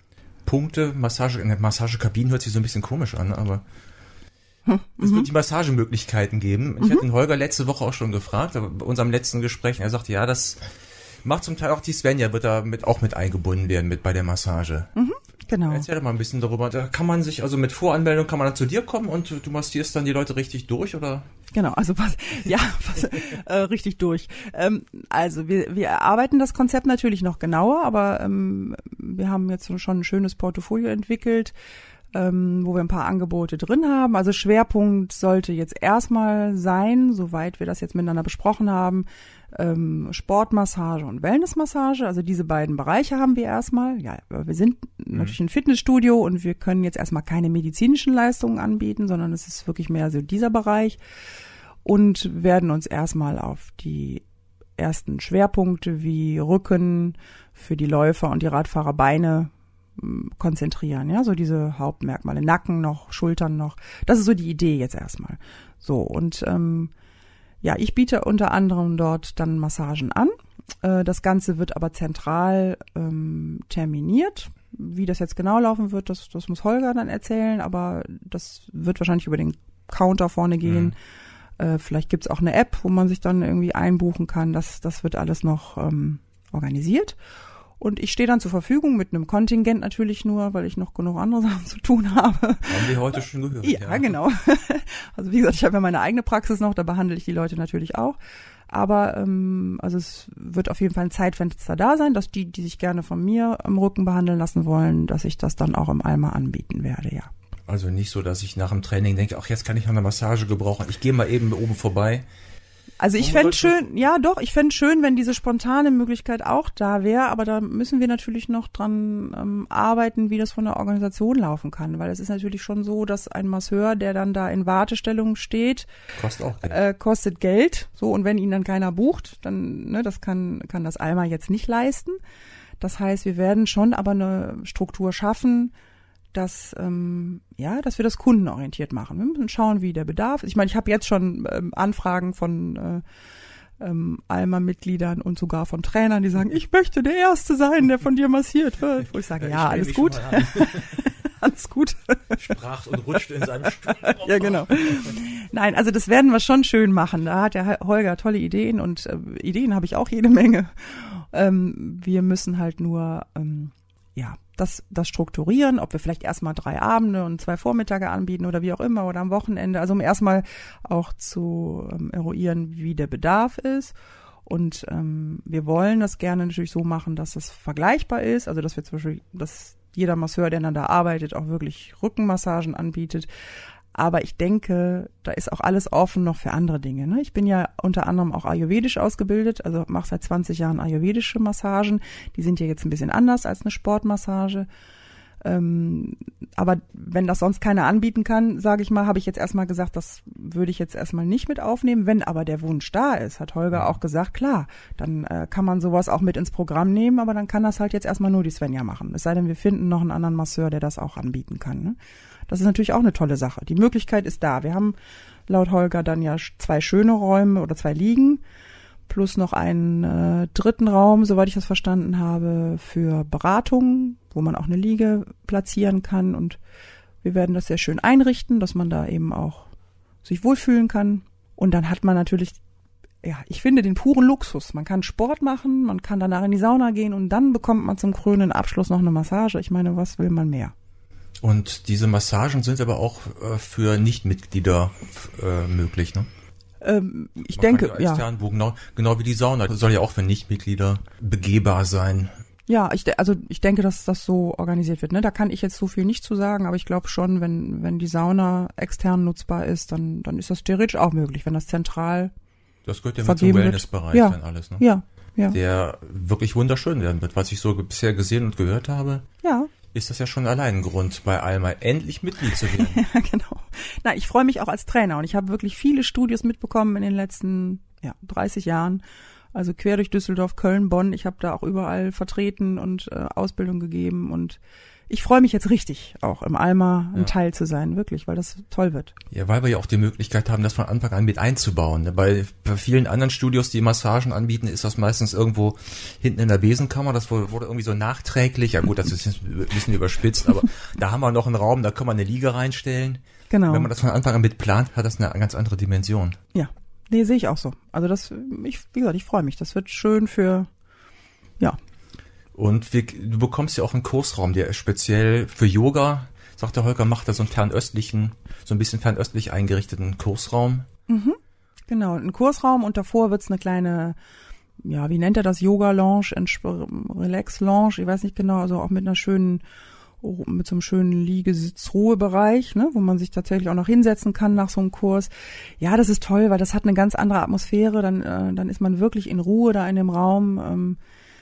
Massage, Massagekabinen hört sich so ein bisschen komisch an, aber hm, es wird die Massagemöglichkeiten geben. Ich mhm. hatte den Holger letzte Woche auch schon gefragt, aber bei unserem letzten Gespräch, er sagte, ja, das macht zum Teil auch die Svenja, wird da mit, auch mit eingebunden werden mit bei der Massage. Mhm. Genau. Erzähl doch mal ein bisschen darüber. Da kann man sich, also mit Voranmeldung kann man dann zu dir kommen und du massierst dann die Leute richtig durch, oder? Genau, also was, ja, was, äh, richtig durch. Ähm, also wir, wir erarbeiten das Konzept natürlich noch genauer, aber ähm, wir haben jetzt schon ein schönes Portfolio entwickelt, ähm, wo wir ein paar Angebote drin haben. Also Schwerpunkt sollte jetzt erstmal sein, soweit wir das jetzt miteinander besprochen haben, ähm, Sportmassage und Wellnessmassage. Also diese beiden Bereiche haben wir erstmal. Ja, wir sind mhm. natürlich ein Fitnessstudio und wir können jetzt erstmal keine medizinischen Leistungen anbieten, sondern es ist wirklich mehr so dieser Bereich und werden uns erstmal auf die ersten Schwerpunkte wie Rücken für die Läufer und die Radfahrer, Beine konzentrieren, ja, so diese Hauptmerkmale, Nacken noch, Schultern noch. Das ist so die Idee jetzt erstmal. So, und ähm, ja, ich biete unter anderem dort dann Massagen an. Äh, das Ganze wird aber zentral ähm, terminiert. Wie das jetzt genau laufen wird, das, das muss Holger dann erzählen, aber das wird wahrscheinlich über den Counter vorne gehen. Mhm. Äh, vielleicht gibt's auch eine App, wo man sich dann irgendwie einbuchen kann. Das, das wird alles noch ähm, organisiert. Und ich stehe dann zur Verfügung mit einem Kontingent natürlich nur, weil ich noch genug andere Sachen zu tun habe. Haben wir heute schon gehört. Ja, ja. Genau. Also wie gesagt, ich habe ja meine eigene Praxis noch, da behandle ich die Leute natürlich auch. Aber ähm, also es wird auf jeden Fall ein Zeitfenster da sein, dass die, die sich gerne von mir am Rücken behandeln lassen wollen, dass ich das dann auch im Alma anbieten werde, ja. Also nicht so, dass ich nach dem Training denke, ach, jetzt kann ich noch eine Massage gebrauchen. Ich gehe mal eben oben vorbei. Also ich fände schön, ja doch, ich fände schön, wenn diese spontane Möglichkeit auch da wäre, aber da müssen wir natürlich noch dran ähm, arbeiten, wie das von der Organisation laufen kann, weil es ist natürlich schon so, dass ein Masseur, der dann da in Wartestellung steht, kostet auch Geld. Äh, kostet Geld, so, und wenn ihn dann keiner bucht, dann, ne, das kann kann das Alma jetzt nicht leisten. Das heißt, wir werden schon aber eine Struktur schaffen, dass ähm, ja, dass wir das kundenorientiert machen. Wir müssen schauen, wie der Bedarf ist. Ich meine, ich habe jetzt schon ähm, Anfragen von äh, ähm, Alma-Mitgliedern und sogar von Trainern, die sagen, ich möchte der Erste sein, der von dir massiert wird. Wo ich sage, ja, ja alles gut. Alles gut. Sprach und rutschte in seinem Stuhl. Ja, genau. Nein, also das werden wir schon schön machen. Da hat der Holger tolle Ideen und äh, Ideen habe ich auch jede Menge. Ähm, wir müssen halt nur ähm, ja das das strukturieren, ob wir vielleicht erstmal drei Abende und zwei Vormittage anbieten oder wie auch immer oder am Wochenende. Also um erstmal auch zu ähm, eruieren, wie der Bedarf ist. Und ähm, wir wollen das gerne natürlich so machen, dass es vergleichbar ist. Also dass wir zum Beispiel, dass jeder Masseur, der dann da arbeitet, auch wirklich Rückenmassagen anbietet. Aber ich denke, da ist auch alles offen noch für andere Dinge. Ne? Ich bin ja unter anderem auch ayurvedisch ausgebildet, also mache seit zwanzig Jahren ayurvedische Massagen. Die sind ja jetzt ein bisschen anders als eine Sportmassage. Ähm, aber wenn das sonst keiner anbieten kann, sage ich mal, habe ich jetzt erstmal gesagt, das würde ich jetzt erstmal nicht mit aufnehmen. Wenn aber der Wunsch da ist, hat Holger auch gesagt, klar, dann äh, kann man sowas auch mit ins Programm nehmen, aber dann kann das halt jetzt erstmal nur die Svenja machen. Es sei denn, wir finden noch einen anderen Masseur, der das auch anbieten kann. Ne? Das ist natürlich auch eine tolle Sache. Die Möglichkeit ist da. Wir haben laut Holger dann ja zwei schöne Räume oder zwei Liegen plus noch einen äh, dritten Raum, soweit ich das verstanden habe, für Beratungen, wo man auch eine Liege platzieren kann. Und wir werden das sehr schön einrichten, dass man da eben auch sich wohlfühlen kann. Und dann hat man natürlich, ja, ich finde den puren Luxus. Man kann Sport machen, man kann danach in die Sauna gehen und dann bekommt man zum krönenden Abschluss noch eine Massage. Ich meine, was will man mehr? Und diese Massagen sind aber auch äh, für Nichtmitglieder äh, möglich, ne? Ähm, ich Man denke, kann ja. Extern, wo genau, genau wie die Sauna. Das soll ja auch für Nichtmitglieder begehbar sein. Ja, ich, de- also ich denke, dass das so organisiert wird. Ne? Da kann ich jetzt so viel nicht zu sagen, aber ich glaube schon, wenn wenn die Sauna extern nutzbar ist, dann dann ist das theoretisch auch möglich, wenn das zentral Das gehört ja mit zum Wellnessbereich ja. dann alles, ne? Ja, ja. Der wirklich wunderschön werden wird. Was ich so bisher gesehen und gehört habe, ja. ist das ja schon allein ein Grund, bei Alma endlich Mitglied zu werden. Ja, genau. Na, ich freue mich auch als Trainer und ich habe wirklich viele Studios mitbekommen in den letzten ja, dreißig Jahren. Also quer durch Düsseldorf, Köln, Bonn. Ich habe da auch überall vertreten und äh, Ausbildung gegeben und ich freue mich jetzt richtig, auch im Alma ein ja. Teil zu sein, wirklich, weil das toll wird. Ja, weil wir ja auch die Möglichkeit haben, das von Anfang an mit einzubauen. Bei, bei vielen anderen Studios, die Massagen anbieten, ist das meistens irgendwo hinten in der Besenkammer. Das wurde irgendwie so nachträglich, ja gut, das ist jetzt ein bisschen überspitzt, aber da haben wir noch einen Raum, da kann man eine Liege reinstellen. Genau. Wenn man das von Anfang an mit plant, hat das eine ganz andere Dimension. Ja, nee, sehe ich auch so. Also das, ich, wie gesagt, ich freue mich. Das wird schön für, ja. Und wir, du bekommst ja auch einen Kursraum, der ist speziell für Yoga, sagt der Holger, macht da so einen fernöstlichen, so ein bisschen fernöstlich eingerichteten Kursraum. Mhm. Genau, ein Kursraum und davor wird's eine kleine, ja, wie nennt er das, Yoga-Lounge, Relax-Lounge, ich weiß nicht genau, also auch mit einer schönen, mit so einem schönen Liegesitz-Ruhebereich, ne, wo man sich tatsächlich auch noch hinsetzen kann nach so einem Kurs. Ja, das ist toll, weil das hat eine ganz andere Atmosphäre, dann, äh, dann ist man wirklich in Ruhe da in dem Raum, ähm,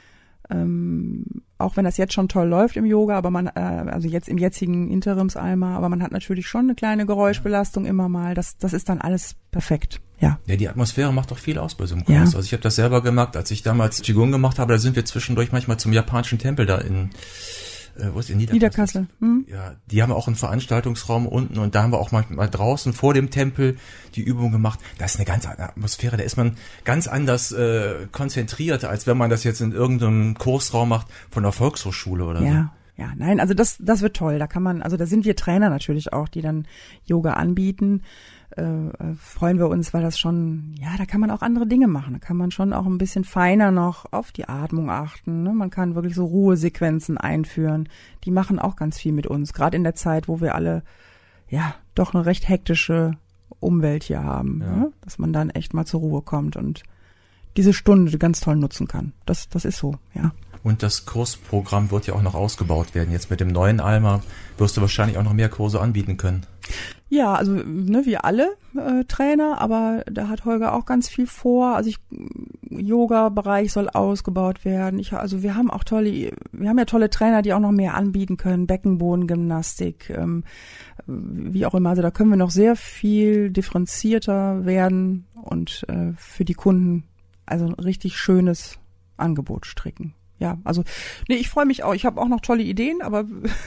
Ähm, auch wenn das jetzt schon toll läuft im Yoga, aber man, äh, also jetzt im jetzigen Interimsalma, aber man hat natürlich schon eine kleine Geräuschbelastung immer mal. Das, das ist dann alles perfekt, ja. Ja, die Atmosphäre macht doch viel aus bei so einem Kurs. Ja. Also ich habe das selber gemerkt, als ich damals Qigong gemacht habe, da sind wir zwischendurch manchmal zum japanischen Tempel da in, äh, wo ist in Niederkassel? Niederkassel. Hm? Ja, die haben auch einen Veranstaltungsraum unten und da haben wir auch manchmal draußen vor dem Tempel die Übung gemacht. Das ist eine ganz andere Atmosphäre, da ist man ganz anders äh, konzentriert, als wenn man das jetzt in irgendeinem Kursraum macht von der Volkshochschule oder ja. so. Ja, nein, also das das wird toll. Da kann man, also da sind wir Trainer natürlich auch, die dann Yoga anbieten. Äh, äh, freuen wir uns, weil das schon, ja, da kann man auch andere Dinge machen. Da kann man schon auch ein bisschen feiner noch auf die Atmung achten. Ne? Man kann wirklich so Ruhesequenzen einführen. Die machen auch ganz viel mit uns, gerade in der Zeit, wo wir alle, ja, doch eine recht hektische Umwelt hier haben. Ja. Ne? Dass man dann echt mal zur Ruhe kommt und diese Stunde ganz toll nutzen kann. Das, das ist so, ja. Und das Kursprogramm wird ja auch noch ausgebaut werden. Jetzt mit dem neuen Alma wirst du wahrscheinlich auch noch mehr Kurse anbieten können. Ja, also ne, wir alle äh, Trainer, aber da hat Holger auch ganz viel vor. Also ich, Yoga-Bereich soll ausgebaut werden. Ich, also wir haben auch tolle, wir haben ja tolle Trainer, die auch noch mehr anbieten können. Beckenbodengymnastik, ähm, wie auch immer. Also da können wir noch sehr viel differenzierter werden und äh, für die Kunden also ein richtig schönes Angebot stricken. Ja, also nee, ich freue mich auch. Ich habe auch noch tolle Ideen, aber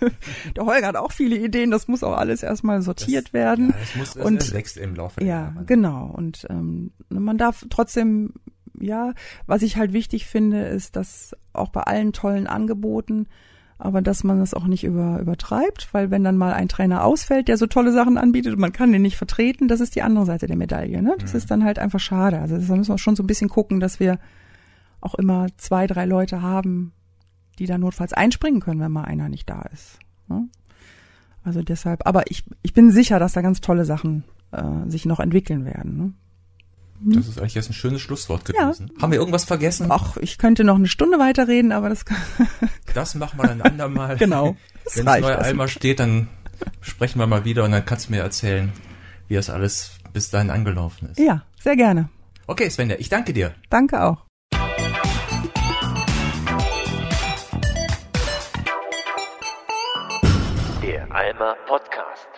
Der Holger hat auch viele Ideen, das muss auch alles erstmal sortiert das, werden. Ja, das muss, und es wächst im Laufe der ja, Jahre. Ne? Genau. Und ähm, man darf trotzdem, ja, was ich halt wichtig finde, ist, dass auch bei allen tollen Angeboten, aber dass man das auch nicht über, übertreibt, weil wenn dann mal ein Trainer ausfällt, der so tolle Sachen anbietet und man kann den nicht vertreten, das ist die andere Seite der Medaille. Ne? Das mhm. ist dann halt einfach schade. Also da müssen wir schon so ein bisschen gucken, dass wir auch immer zwei, drei Leute haben, die da notfalls einspringen können, wenn mal einer nicht da ist. Ne? Also deshalb, aber ich, ich bin sicher, dass da ganz tolle Sachen äh, sich noch entwickeln werden. Ne? Das ist eigentlich jetzt ein schönes Schlusswort gewesen. Ja. Haben wir irgendwas vergessen? Ach, ich könnte noch eine Stunde weiterreden, aber das Das machen wir dann ein andermal. Genau. Wenn das neue Alma steht, dann sprechen wir mal wieder und dann kannst du mir erzählen, wie das alles bis dahin angelaufen ist. Ja, sehr gerne. Okay, Svenja, ich danke dir. Danke auch. Der Alma Podcast.